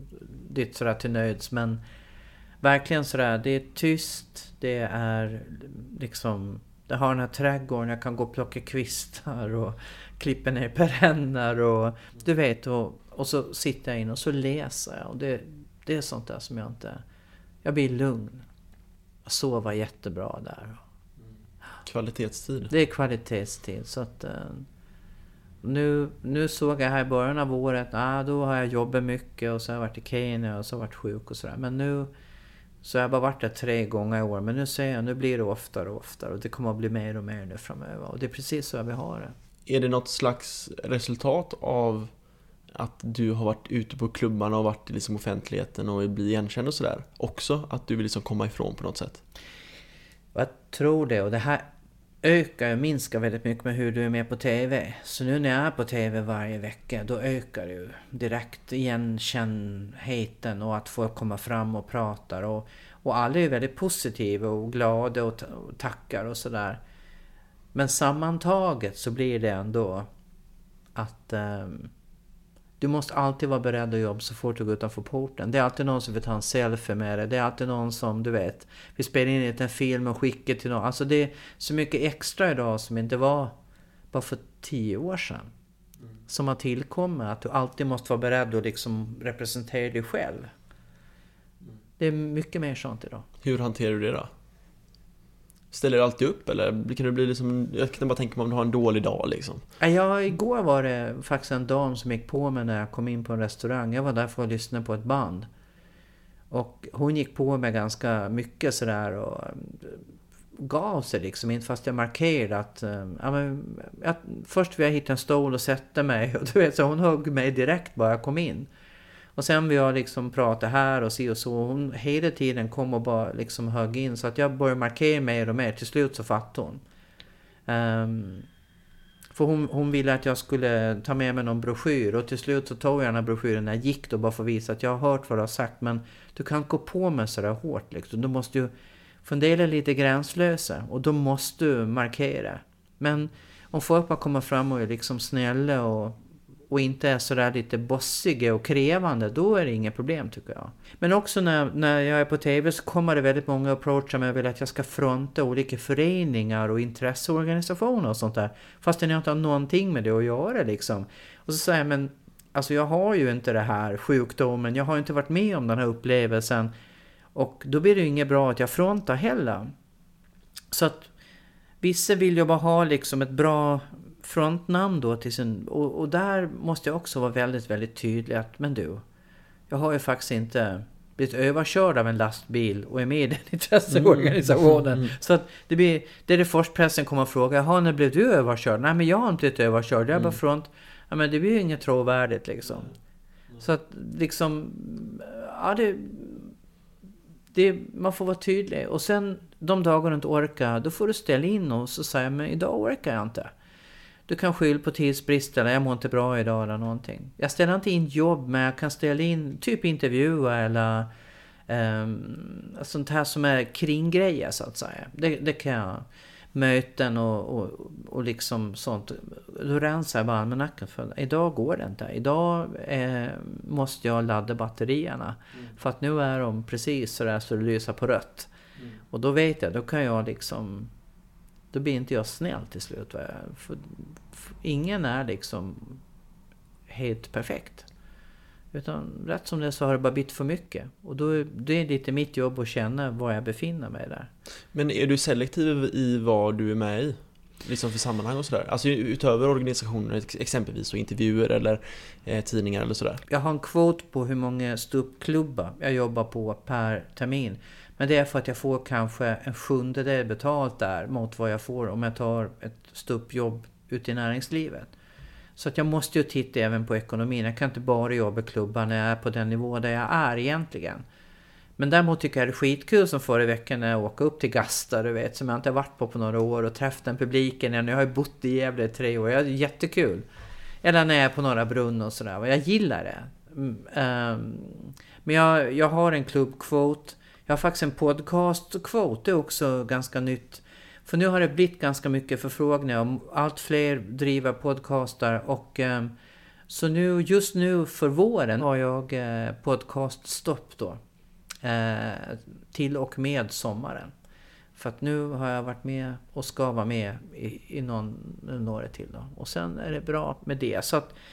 ditt sådär till nöds, men verkligen sådär, det är tyst, det är liksom, det har den här trädgården, jag kan gå och plocka kvistar och klippa ner perenner och du vet, och, och så sitter jag in och så läser jag, och det, det är sånt där som jag inte, jag blir lugn. Jag sover jättebra där. Kvalitetstid. Det är kvalitetstid, så att nu, nu såg jag här i början av året, ah, då har jag jobbat mycket och så har jag varit i Kenya och så har jag varit sjuk och sådär, men nu så jag har bara varit där tre gånger i år. Men nu ser jag, nu blir det oftare och oftare. Och det kommer att bli mer och mer nu framöver. Och det är precis så vi har det. Är det något slags resultat av att du har varit ute på klubbarna och varit i liksom offentligheten och blir igenkänd och sådär? Också att du vill liksom komma ifrån på något sätt? Jag tror det. Och det här ökar och minskar väldigt mycket med hur du är med på tv. Så nu när jag är på tv varje vecka, då ökar ju direkt igenkännheten och att folk kommer fram och pratar. Och, och alla är väldigt positiva och glada och, t- och tackar och sådär. Men sammantaget så blir det ändå att um, du måste alltid vara beredd att jobba så fort du går utanför porten. Det är alltid någon som vill ta en selfie med det. Det är alltid någon som, du vet, vi spelar in en film och skickar till någon. Alltså det är så mycket extra idag som inte var bara för tio år sedan. Mm. Som har tillkommit. Att du alltid måste vara beredd att liksom representera dig själv. Mm. Det är mycket mer sånt idag. Hur hanterar du det då? Ställer du alltid upp, eller kan du bli liksom, jag kan bara tänka mig om du har en dålig dag liksom. Ja, igår var det faktiskt en dam som gick på mig när jag kom in på en restaurang. Jag var där för att lyssna på ett band. Och hon gick på mig ganska mycket sådär och gav sig liksom, inte fast jag markerade att ja, men, jag, först vill jag hitta en stol och sätta mig, och du vet, så hon högg mig direkt bara jag kom in. Och sen vill jag liksom prata här och se och så. Hon hela tiden kom och bara liksom högg in. Så att jag började markera mer och mer. Till slut så fattade hon. Um, för hon, hon ville att jag skulle ta med mig någon broschyr. Och till slut så tog jag den här broschyren när jag gick då. Bara för att visa att jag har hört vad du har sagt. Men du kan gå på mig så där hårt liksom. Du måste ju fundera lite gränslösa. Och då måste du markera. Men om folk bara kommer fram och är liksom snälla och... och inte är sådär lite bossiga och krävande, då är det inga problem tycker jag. Men också när, när jag är på tv så kommer det väldigt många approacher med att vilja att jag ska fronta olika föreningar och intresseorganisationer och sånt där. Fast jag inte har någonting med det att göra liksom. Och så säger jag, men alltså jag har ju inte det här sjukdomen, jag har inte varit med om den här upplevelsen. Och då blir det ju inget bra att jag frontar heller. Så att vissa vill ju bara ha liksom ett bra frontnamn då till sin, och, och där måste jag också vara väldigt väldigt tydlig att, men du, jag har ju faktiskt inte blivit överkörd av en lastbil och är med i den intresseorganisationen. Mm. Så att det blir, det är det först pressen kommer att fråga, jaha, när blev du överkörd? Nej, men jag har inte blivit överkörd, jag är bara front. Ja, men det blir ju inget trovärdigt liksom. Mm. Så att liksom, ja det, det, man får vara tydlig. Och sen de dagar du inte orkar, då får du ställa in och så säga, men idag orkar jag inte. Du kan skylla på tidsbrist eller jag mår inte bra idag eller någonting. Jag ställer inte in jobb, men jag kan ställa in typ intervjua eller um, sånt här som är kringgrejer så att säga. Det, det kan jag. Möten och, och, och liksom sånt. Då rensar jag bara almanackan för idag går det inte. Idag eh, måste jag ladda batterierna. Mm. För att nu är de precis så där så det lyser på rött. Mm. Och då vet jag, då kan jag liksom... Då blir inte jag snäll till slut. För, för ingen är liksom helt perfekt. Utan rätt som det så har det bara blivit för mycket. Och då är det lite mitt jobb att känna var jag befinner mig där. Men är du selektiv i vad du är med i? Liksom för sammanhang och sådär? Alltså utöver organisationer exempelvis och intervjuer eller eh, tidningar eller sådär? Jag har en kvot på hur många ståuppklubbar jag jobbar på per termin. Men det är för att jag får kanske en sjundedel betalt där mot vad jag får om jag tar ett ståuppjobb ute i näringslivet. Så att jag måste ju titta även på ekonomin. Jag kan inte bara jobba i klubbar när jag är på den nivå där jag är egentligen. Men däremot tycker jag det är skitkul som förra veckan när jag åker upp till Gasta, du vet, som jag inte har varit på på några år och träffat den publiken. Jag har ju bott i Gävle i tre år. Det är jättekul. Eller när jag är på några brunn och sådär. Och jag gillar det. Um, men jag, jag har en klubbkvot. Jag har faktiskt en podcastkvot. Det är också ganska nytt. För nu har det blivit ganska mycket förfrågningar om allt fler driver podcastar och eh, så nu, just nu för våren har jag eh, podcaststopp då eh, till och med sommaren. För att nu har jag varit med och ska vara med i, i någon, några till då. Och sen är det bra med det. Så att,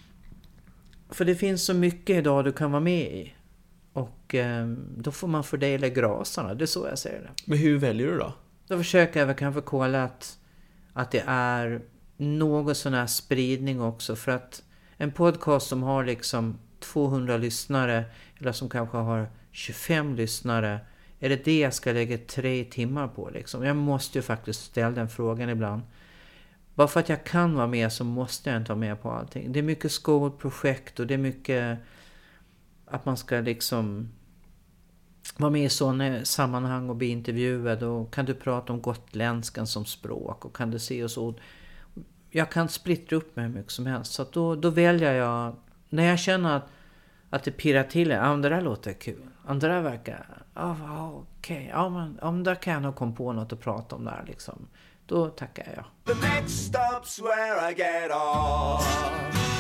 för det finns så mycket idag du kan vara med i. Och eh, då får man fördela grasarna, det är så jag ser det. Men hur väljer du då? Då försöker jag väl kanske kolla att, att det är någon sån här spridning också. För att en podcast som har liksom tvåhundra lyssnare eller som kanske har tjugofem lyssnare. Är det det jag ska lägga tre timmar på liksom? Jag måste ju faktiskt ställa den frågan ibland. Bara för att jag kan vara med så måste jag inte vara med på allting. Det är mycket skolprojekt och det är mycket att man ska liksom... var med i sådana sammanhang och bli intervjuad och kan du prata om gotländskan som språk och kan du se och så. Jag kan splittra upp mig hur mycket som helst. Så att då, då väljer jag, när jag känner att, att det pirrar till, ja men det där låter kul. Ja, det där verkar, ja ah, okej, okay. ja men om där kan jag nog komma på något att prata om där liksom. Då tackar jag. The next stop's where I get off.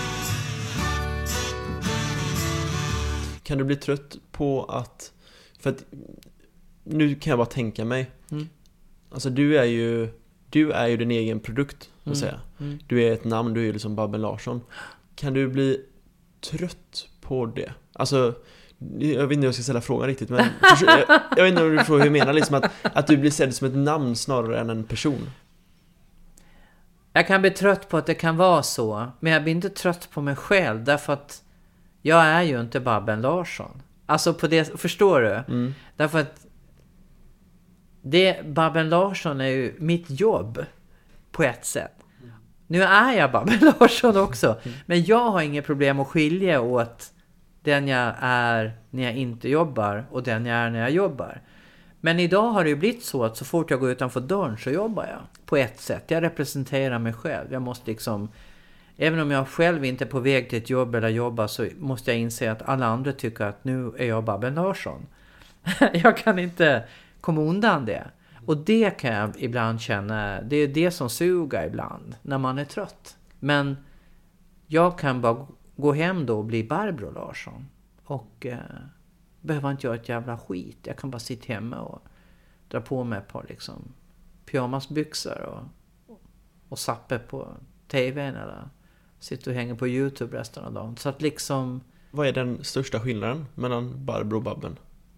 Kan du bli trött på att... För att nu kan jag bara tänka mig. Mm. Alltså du är ju du är ju din egen produkt så att mm. säga. Mm. Du är ett namn, du är ju liksom Babben Larsson. Kan du bli trött på det? Alltså jag vet inte hur jag ska ställa frågan riktigt men jag, jag vet inte om du får hur jag menar liksom att att du blir sedd som ett namn snarare än en person. Jag kan bli trött på att det kan vara så, men jag blir inte trött på mig själv därför att jag är ju inte Babben Larsson. Alltså på det, förstår du? Mm. Därför att det, Babben Larsson är ju mitt jobb på ett sätt. Mm. Nu är jag Babben Larsson också. Mm. Men jag har inget problem att skilja åt den jag är när jag inte jobbar och den jag är när jag jobbar. Men idag har det ju blivit så att så fort jag går utanför dörren så jobbar jag. På ett sätt. Jag representerar mig själv. Jag måste liksom... Även om jag själv inte är på väg till ett jobb eller jobba så måste jag inse att alla andra tycker att nu är jag Babben Larsson. Jag kan inte komma undan det. Och det kan jag ibland känna, det är det som suger ibland när man är trött. Men jag kan bara gå hem då och bli Barbro Larsson. Och eh, behöver inte göra ett jävla skit. Jag kan bara sitta hemma och dra på mig ett par liksom, pyjamasbyxor och, och sappa på tvn eller... sitter och hänger på YouTube resten av dagen. Så att liksom... Vad är den största skillnaden mellan Barbro och Babben?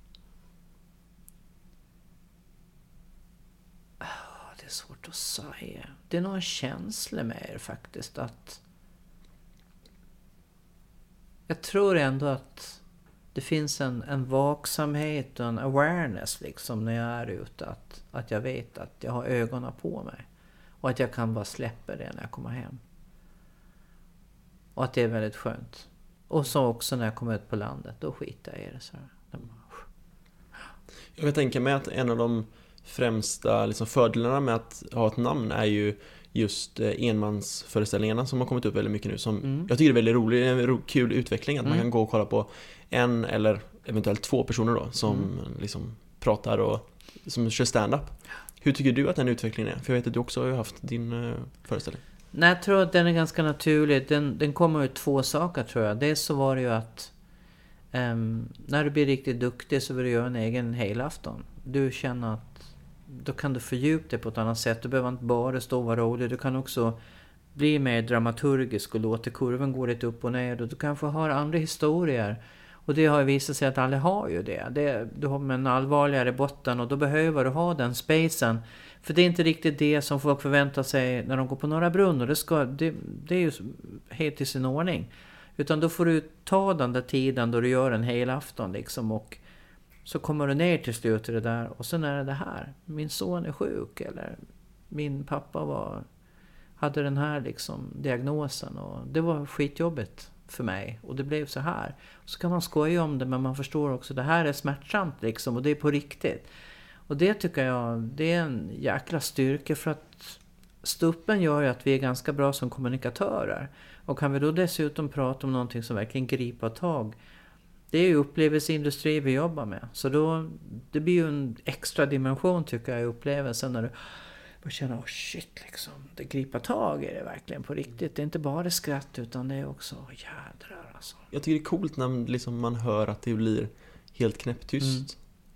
Oh, det är svårt att säga. Det är någon känsla med er faktiskt. Att jag tror ändå att det finns en, en vaksamhet och en awareness liksom när jag är ute. Att, att jag vet att jag har ögonen på mig. Och att jag kan bara släppa det när jag kommer hem. Och att det är väldigt skönt. Och så också när jag kommer ut på landet, då skiter jag i det så här. Jag kan tänka mig att en av de främsta liksom, fördelarna med att ha ett namn är ju just eh, enmansföreställningarna som har kommit upp väldigt mycket nu. Som mm. Jag tycker det är väldigt roligt, det är en ro, kul utveckling att mm. man kan gå och kolla på en eller eventuellt två personer då som mm. liksom pratar och som kör stand-up. Hur tycker du att den utvecklingen är? För jag vet att du också har haft din uh, föreställning. Nej, jag tror att den är ganska naturlig. Den, den kommer ur två saker tror jag. Dels så var det ju att um, när du blir riktigt duktig så vill du göra en egen helafton. Du känner att då kan du fördjupa dig på ett annat sätt. Du behöver inte bara stå och vara rolig. Du kan också bli mer dramaturgisk och låta kurvan gå lite upp och ner. Och du kan få höra andra historier. Och det har ju visat sig att alla har ju det. det du har med en allvarligare botten och då behöver du ha den spacen. För det är inte riktigt det som folk förväntar sig när de går på Norra Brunn. Och det, ska, det, det är ju helt i sin ordning. Utan då får du ta den där tiden då du gör en hel afton liksom. Och så kommer du ner till slut till det där. Och sen är det det här. Min son är sjuk. Eller min pappa var, hade den här liksom diagnosen. Och det var skitjobbigt för mig. Och det blev så här. Så kan man skoja om det, men man förstår också att det här är smärtsamt liksom. Och det är på riktigt. Och det tycker jag, det är en jäkla styrka, för att stuppen gör ju att vi är ganska bra som kommunikatörer. Och kan vi då dessutom prata om någonting som verkligen griper tag. Det är ju upplevelseindustri vi jobbar med. Så då, det blir ju en extra dimension tycker jag i upplevelsen när du bara känner, oh shit liksom, det griper tag i det verkligen på riktigt. Det är inte bara skratt utan det är också, oh, jädrar alltså. Jag tycker det är coolt när liksom man hör att det blir helt knäpptyst. Mm.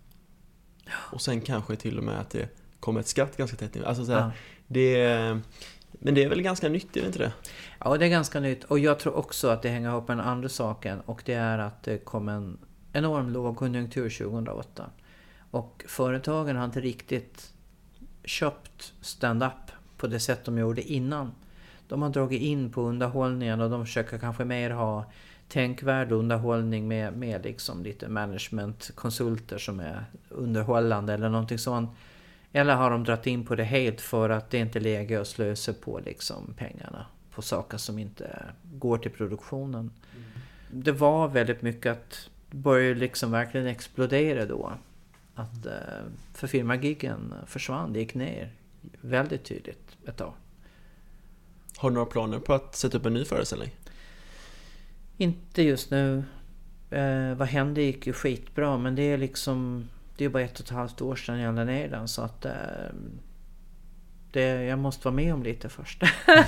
Och sen kanske till och med att det kommer ett skratt ganska tätt. Alltså så här, ja. det, men det är väl ganska nytt, är det inte det? Ja, det är ganska nytt. Och jag tror också att det hänger ihop med den andra saken. Och det är att det kom en enorm lågkonjunktur tjugohundraåtta. Och företagen har inte riktigt köpt stand-up på det sätt de gjorde innan. De har dragit in på underhållningen och de försöker kanske mer ha tänkvärd underhållning med, med liksom lite managementkonsulter som är underhållande eller någonting sånt. Eller har de dragit in på det helt för att det inte är läge att slösa på liksom pengarna på saker som inte går till produktionen. Mm. Det var väldigt mycket att det började liksom verkligen explodera då. Att för firmagiggen försvann, det gick ner väldigt tydligt ett tag. Har du några planer på att sätta upp en ny föreställning? Inte just nu. Eh, vad hände gick ju skitbra, men det är liksom, det är bara ett och ett halvt år sedan jag lade ner den, så att eh, det, jag måste vara med om lite först.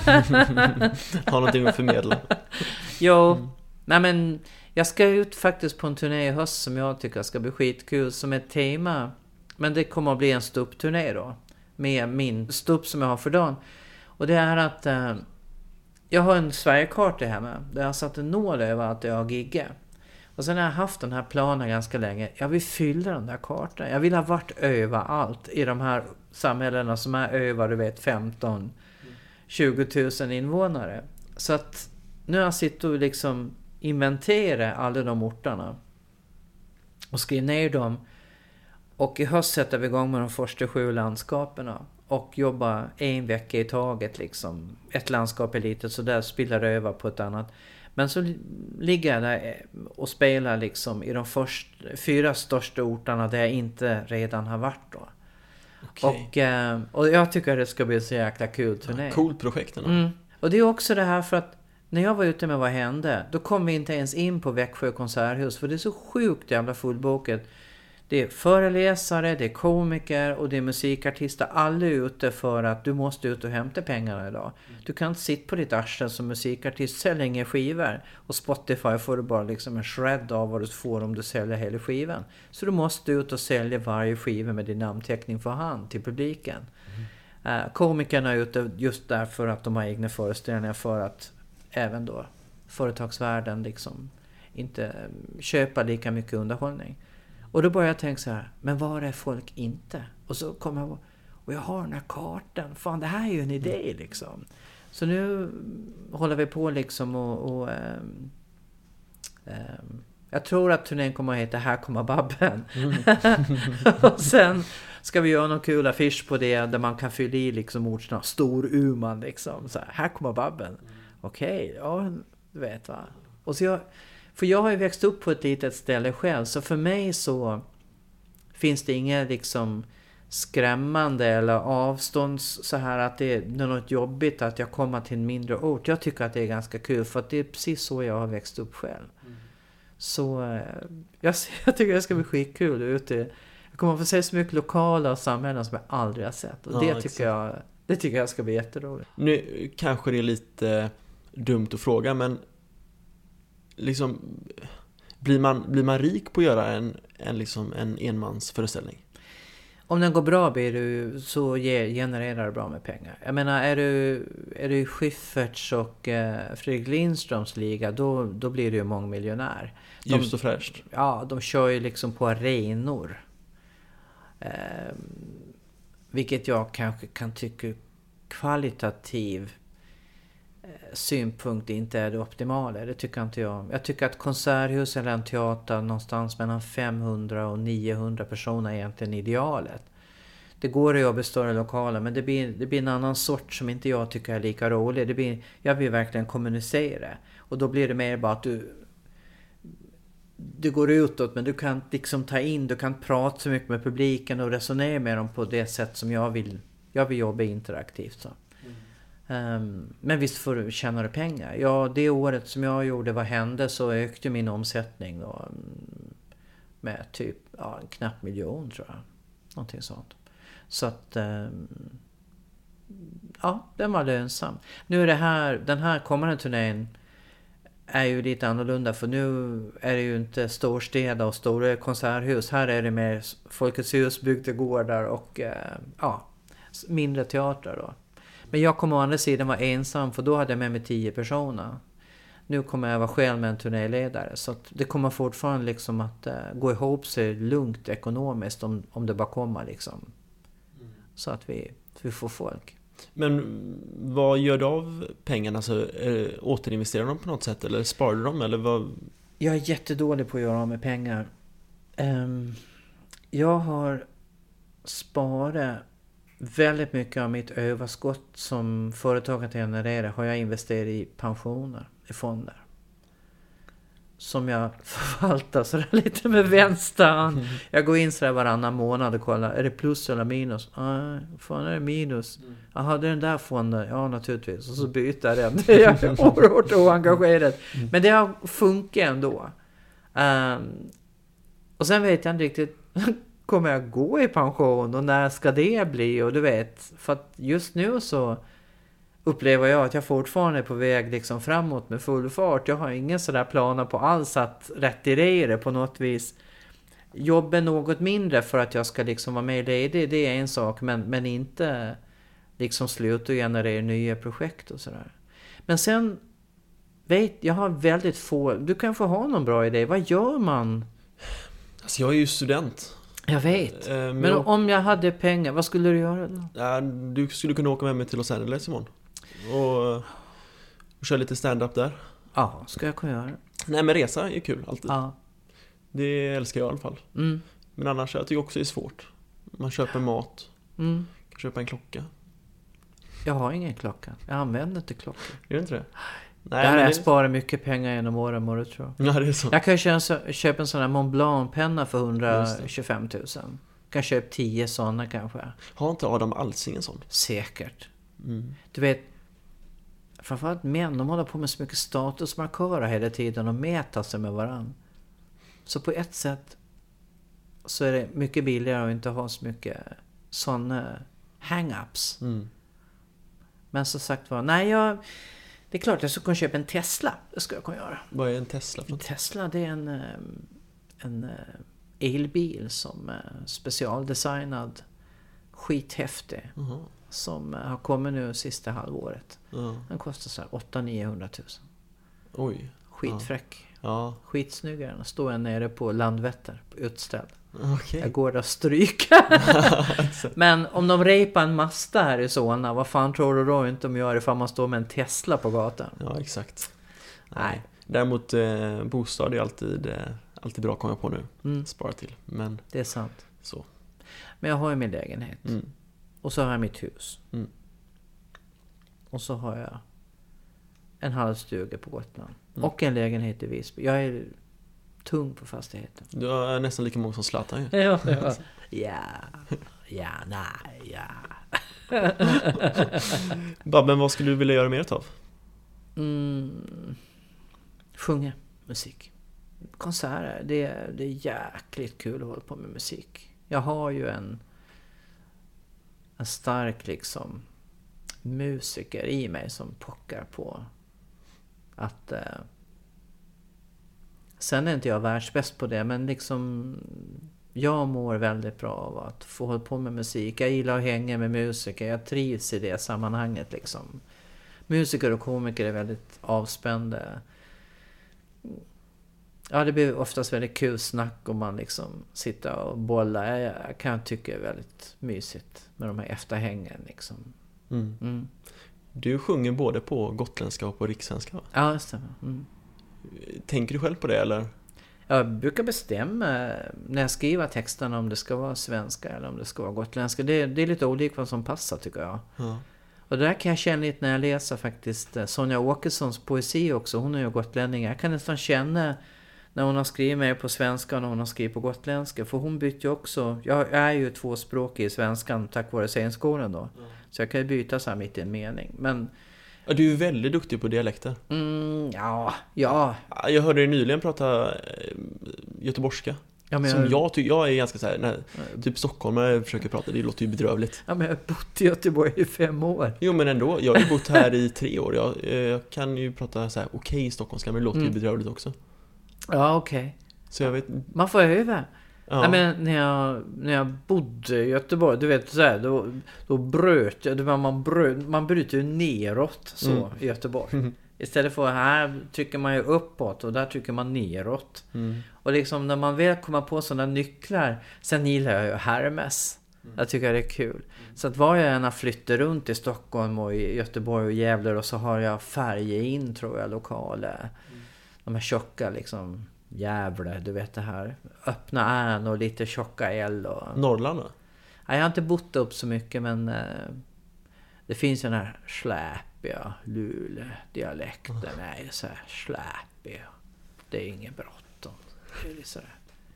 Har någonting att förmedla? Jo, mm. nej men jag ska ut faktiskt på en turné i höst som jag tycker ska bli skitkul som ett tema. Men det kommer att bli en ståuppturné då. Med min ståupp som jag har för dagen. Och det är att eh, jag har en Sverigekarta hemma. Där jag har satt en nål över att jag har gigga. Och sen har jag haft den här planen ganska länge. Jag vill fylla den där kartan. Jag vill ha varit överallt i de här samhällena som är över, du vet, femton till tjugo tusen invånare. Så att nu har jag suttit och liksom inventera alla de orterna och skriva ner dem, och i höst sätter vi igång med de första sju landskaperna och jobba en vecka i taget liksom. Ett landskap är litet så där spelar det över på ett annat, men så ligger jag där och spelar liksom i de först, fyra största orterna där jag inte redan har varit då. Okay. Och, och jag tycker att det ska bli så jäkla kul turné. Ja, coolt projekt. Mm. Och det är också det här för att när jag var ute med Vad hände? Då kom vi inte ens in på Växjö konserthus. För det är så sjukt jävla fullbokat. Det är föreläsare, det är komiker och det är musikartister. Alla är ute för att du måste ut och hämta pengarna idag. Du kan inte sitta på ditt arsel som musikartist, sälja inga skivor. Och Spotify får du bara liksom en shred av vad du får om du säljer hela skivan. Så du måste ut och sälja varje skiva med din namnteckning för hand till publiken. Mm. Uh, komikerna är ute just därför att de har egna föreställningar, för att även då företagsvärlden liksom inte köpa lika mycket underhållning. Och då började jag tänka så här, men var är folk inte? Och så kom jag, och jag har den här kartan. Fan, det här är ju en idé liksom. Så nu håller vi på liksom och, och ähm, ähm, Jag tror att turnén kommer att heta Här kommer Babben. Mm. Och sen ska vi göra någon kul affisch på det där man kan fylla i liksom ordsna stor Uman liksom. Så här, här kommer Babben. Mm. Okej, okay, ja, du vet va. Och så jag, för jag har ju växt upp på ett litet ställe själv, så för mig så finns det inget liksom skrämmande eller avstånds så här att det är något jobbigt att jag kommer till en mindre ort. Jag tycker att det är ganska kul för att det är precis så jag har växt upp själv. Mm. Så jag, jag tycker det ska bli skitkul ute. Jag kommer att få se så mycket lokala och samhällen som jag aldrig har sett. Och ja, det, tycker exakt. jag, det tycker jag ska bli jätteroligt. Nu kanske det är lite dumt att fråga, men liksom blir man, blir man rik på att göra en, en, liksom en enmansföreställning? Om den går bra blir du, så ger, genererar det bra med pengar. Jag menar, är du, är du Schyfferts och eh, Fredrik Lindströms liga, då, då blir du ju mångmiljonär. De, Just och fräscht. Ja, de kör ju liksom på arenor. Eh, vilket jag kanske kan tycka kvalitativ eh, synpunkt inte är det optimala. Det tycker inte jag. Jag tycker att konserthus eller en teater någonstans mellan femhundra och niohundra personer är egentligen idealet. Det går att jobba i större lokaler, men det blir, det blir en annan sort som inte jag tycker är lika rolig. Det blir, jag vill verkligen kommunicera. Och då blir det mer bara att du du går utåt, men du kan liksom ta in, du kan prata så mycket med publiken och resonera med dem på det sätt som jag vill. Jag vill jobba interaktivt så. Mm. Um, men visst får du tjäna du pengar. Ja, det året som jag gjorde vad hände så ökade min omsättning då, med typ ja, en knapp miljon tror jag. Någonting sånt. Så att um, ja, den var lönsam. Nu är det här, den här kommande turnén är ju lite annorlunda, för nu är det ju inte storstäder och stora konserthus. Här är det mer Folkets hus, bygdegårdar och eh, ja, mindre teatrar då. Men jag kommer å andra sidan vara ensam, för då hade jag med mig tio personer. Nu kommer jag vara själv med en turnéledare, så att det kommer fortfarande liksom att eh, gå ihop sig lugnt ekonomiskt om, om det bara kommer liksom. Mm. Så att vi, vi får folk. Men vad gör du av pengarna? Alltså, äh, återinvesterar de på något sätt eller sparar du dem? Eller vad? Jag är jättedålig på att göra av med pengar. Um, jag har sparat väldigt mycket av mitt överskott som företaget genererar har jag investerat i pensioner, i fonder. Som jag förvaltar sådär lite med vänster. Mm. Jag går in sådär varannan månad och kollar, är det plus eller minus? Nej, fan är det minus. Mm. Jaha, det är den där fonden. Ja, naturligtvis. Och så byter jag den. Det är jag oerhört oengagerad. Mm. Men det har funkat ändå. Um, och sen vet jag inte riktigt, kommer jag gå i pension? Och när ska det bli? Och du vet, för att just nu så upplever jag att jag fortfarande är på väg liksom framåt med full fart. Jag har ingen sådär planer på alls att retirera på något vis. Jobba något mindre för att jag ska liksom vara med ledig, det är en sak. Men, men inte liksom sluta och generera nya projekt och sådär. Men sen vet jag har väldigt få, du kan få ha någon bra idé. Vad gör man? Alltså jag är ju student. Jag vet. Eh, men men jag... om jag hade pengar, vad skulle du göra då? Ja, du skulle kunna åka med mig till Los Angeles imorgon. Och, och köra lite stand-up där. Ja, ska jag kunna göra. Nej, men resa är kul alltid. Ja. Det älskar jag i alla fall. Mm. Men annars jag tycker också det är svårt. Man köper mat. Mm. Kan köpa en klocka. Jag har ingen klocka. Jag använder inte klocka. Gör du inte det? Nej, där har jag det... sparat mycket pengar genom åren, må du tro. Ja, det är så. Jag kan köpa, köpa en sån här Mont Blanc-penna för etthundratjugofem tusen. Kan köpa tio sådana kanske. Har inte Adam Alsing en sån? Säkert. Mm. Du vet, framförallt män, de håller på med så mycket statusmarkörer hela tiden och mäter sig med varann. Så på ett sätt så är det mycket billigare att inte ha så mycket sådana hang-ups. Mm. Men så sagt var, nej jag... Det är klart att jag ska kunna köpa en Tesla. Det ska jag kunna göra. Vad är en Tesla? En Tesla, det är en, en elbil som är specialdesignad. Skithäftig. Uh-huh. Som har kommit nu sista halvåret. Uh-huh. Den kostar så här åtta till niohundra tusen. Oj. Skitfräck. Ja. Skitsnygga. Den står jag nere på Landvetter. På utställd. Okay. Jag går där och stryker. Men om de repar en Mazda här i Solna, vad fan tror du då inte de gör ifall man står med en Tesla på gatan? Ja, exakt. Nej. Däremot eh, bostad är alltid, eh, alltid bra att komma på nu. Mm. Spara till. Men Det är sant. så. Men jag har ju min lägenhet. Mm. Och så har jag mitt hus. Mm. Och så har jag en halvstuga på Gotland. Mm. Och en lägenhet i Visby. Jag är tung på fastigheten. Du är nästan lika många som Zlatan ju. Ja, ja. Ja, ja, nej, ja. Babben, vad skulle du vilja göra mer av? Mm. Sjunga musik. Konserter, det är, det är jäkligt kul att hålla på med musik. Jag har ju en en stark liksom musiker i mig som pockar på att eh, sen är inte jag världsbäst på det, men liksom jag mår väldigt bra av att få hålla på med musik. Jag gillar att hänga med musiker. Jag trivs i det sammanhanget liksom. Musiker och komiker är väldigt avspända. Ja, det blir oftast väldigt kul snack om man liksom sitter och bollar. Jag, jag kan tycka det är väldigt mysigt med de här efterhängen liksom. Mm. Mm. Du sjunger både på gotländska och på rikssvenska, va? Ja, det stämmer. Mm. Tänker du själv på det, eller? Jag brukar bestämma när jag skriver texterna om det ska vara svenska eller om det ska vara gotländska. Det, det är lite olika vad som passar, tycker jag. Ja. Och det där kan jag känna lite när jag läser faktiskt Sonja Åkessons poesi också. Hon är ju gotlänning. Jag kan nästan känna när hon har skrivit mer på svenska och när hon har skrivit på gotländska. För hon byter ju också. Jag är ju tvåspråkig i svenskan tack vare scenskolan då. Mm. Så jag kan ju byta så här mitt i en mening. Men Ja, du är ju väldigt duktig på dialekter. Mm, ja, ja. Jag hörde dig nyligen prata göteborgska. Ja, men som jag, jag tycker, jag är ganska så här, när typ stockholmare försöker prata, det låter ju bedrövligt. Ja, men jag har bott i Göteborg i fem år. Jo, men ändå, jag har ju bott här i tre år. Jag, jag kan ju prata så här okej okay, stockholmska, men det låter mm. ju bedrövligt också. Ja, okej. Okay. Så jag vet. Man får öva. Ja. Nej, men när jag, när jag bodde i Göteborg, du vet så här, då, då bröt jag, man, bröt, man bryter ju neråt så mm. i Göteborg. Mm. Istället för här trycker man ju uppåt och där trycker man neråt. Mm. Och liksom när man väl kommer på sådana nycklar, sen gillar jag ju Hermes. Mm. Jag tycker det är kul. Mm. Så att var jag än flyttar runt i Stockholm och i Göteborg och Gävle, och så har jag färger in, tror jag, lokaler. Mm. De här tjocka liksom, Gävle, du vet det här. Öppna än och lite tjocka L. Och... Norrland då? Nej, jag har inte bott upp så mycket, men eh, det finns ju den här släpiga Luleå-dialekten. Mm. Nej, så här släpig. Det är ingen bråttom. Det är lite så här.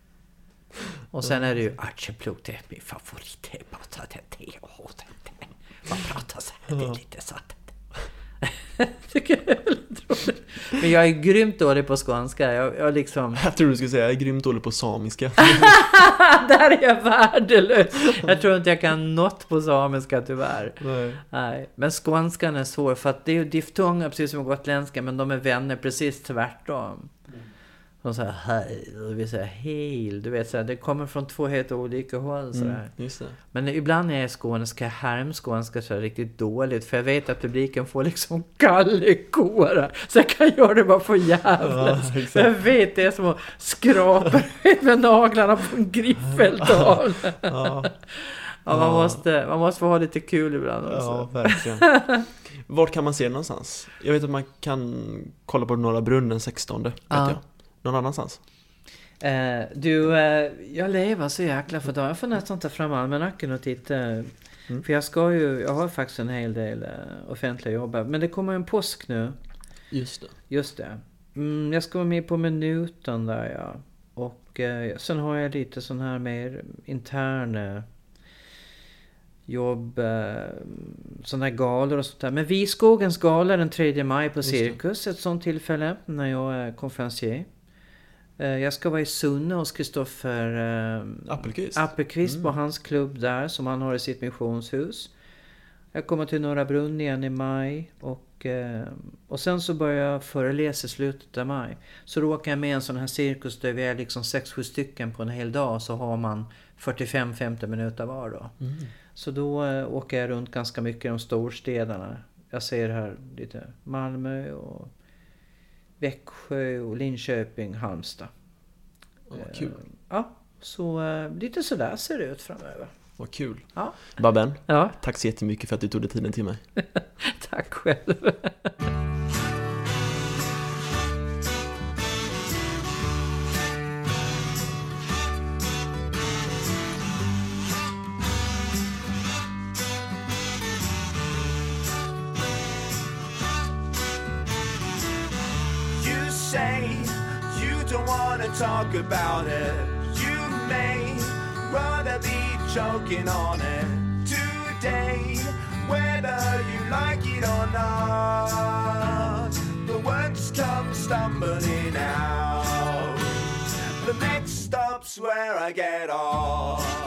Och sen är det ju Archeplog, det är min favorit. Det är bara att det är te och hårt. Man pratar så här, det är lite så att tycker jag är väldigt roligt. Men jag är grymt dålig på skånska. Jag, jag liksom... Jag tror du skulle säga jag är grymt dålig på samiska. Där är jag värdelös. Jag tror inte jag kan något på samiska, tyvärr. Nej. Nej. Men skånskan är svår, för att det är ju diftonger precis som gotländska, men de är vänner precis tvärtom. De säger hej, och vi säger hej. Du vet, så här, det kommer från två helt olika håll. Så mm, just det. Men ibland när jag är skånska, härmskånska, så är det riktigt dåligt. För jag vet att publiken får liksom kallekåra. Så jag kan göra det bara för jävlas. Ja, jag vet, det är som att skrapa med naglarna på en griffeltal. Ja. Ja, man, måste, man måste få ha lite kul ibland också. Ja, verkligen. Vart kan man se det någonstans? Jag vet att man kan kolla på Norra Brunn den sextonde, vet ja. jag. Någon annanstans? Eh, du, eh, jag lever så jäkla för dag. Jag får nästan ta fram almanacken och titta. Mm. För jag ska ju, jag har faktiskt en hel del eh, offentliga jobb. Men det kommer en påsk nu. Just det. Just det. Mm, jag ska vara med på minuten där, ja. Och eh, sen har jag lite sån här mer interna jobb, eh, sådana här galor och sånt där. Men Viskogens gala den tredje maj på Cirkus, ett sånt tillfälle när jag är konferencier. Eh, jag ska vara i Sunne hos Kristoffer eh, Appelqvist, Appelqvist mm. på hans klubb där som han har i sitt missionshus. Jag kommer till Norra Brunn igen i maj och, eh, och sen så börjar jag föreläsa i slutet av maj. Så då åker jag med en sån här cirkus där vi är liksom sex sju stycken på en hel dag, så har man fyrtiofem till femtio minuter var då. Mm. Så då äh, åker jag runt ganska mycket i de storstäderna. Jag ser här lite Malmö och Växjö och Linköping, Halmstad. Oh, vad kul. Äh, ja, så äh, lite sådär ser det ut framöver. Vad kul. Ja. Babben, ja. Tack så jättemycket för att du tog dig tiden till mig. Tack själv. say you don't want to talk about it. You may rather be choking on it today, whether you like it or not. The words come stumbling out. The next stop's where I get off.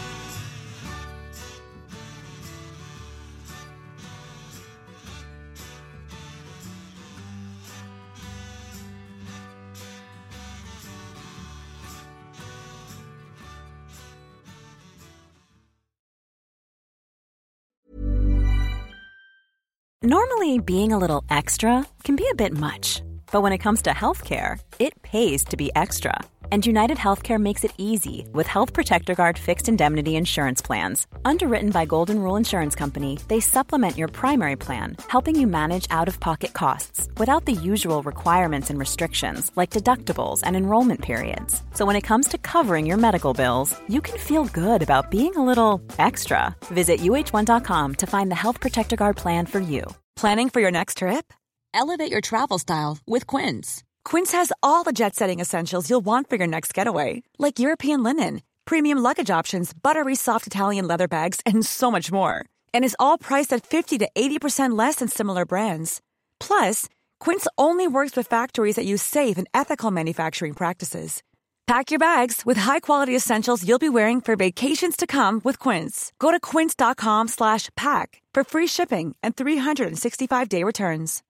Normally, being a little extra can be a bit much, but when it comes to healthcare, it pays to be extra. And United Healthcare makes it easy with Health Protector Guard fixed indemnity insurance plans. Underwritten by Golden Rule Insurance Company, they supplement your primary plan, helping you manage out-of-pocket costs without the usual requirements and restrictions like deductibles and enrollment periods. So when it comes to covering your medical bills, you can feel good about being a little extra. Visit U H one dot com to find the Health Protector Guard plan for you. Planning for your next trip? Elevate your travel style with Quince. Quince has all the jet-setting essentials you'll want for your next getaway, like European linen, premium luggage options, buttery soft Italian leather bags, and so much more. And is all priced at fifty to eighty percent less than similar brands. Plus, Quince only works with factories that use safe and ethical manufacturing practices. Pack your bags with high-quality essentials you'll be wearing for vacations to come with Quince. Go to quince dot com slash pack for free shipping and three sixty-five day returns.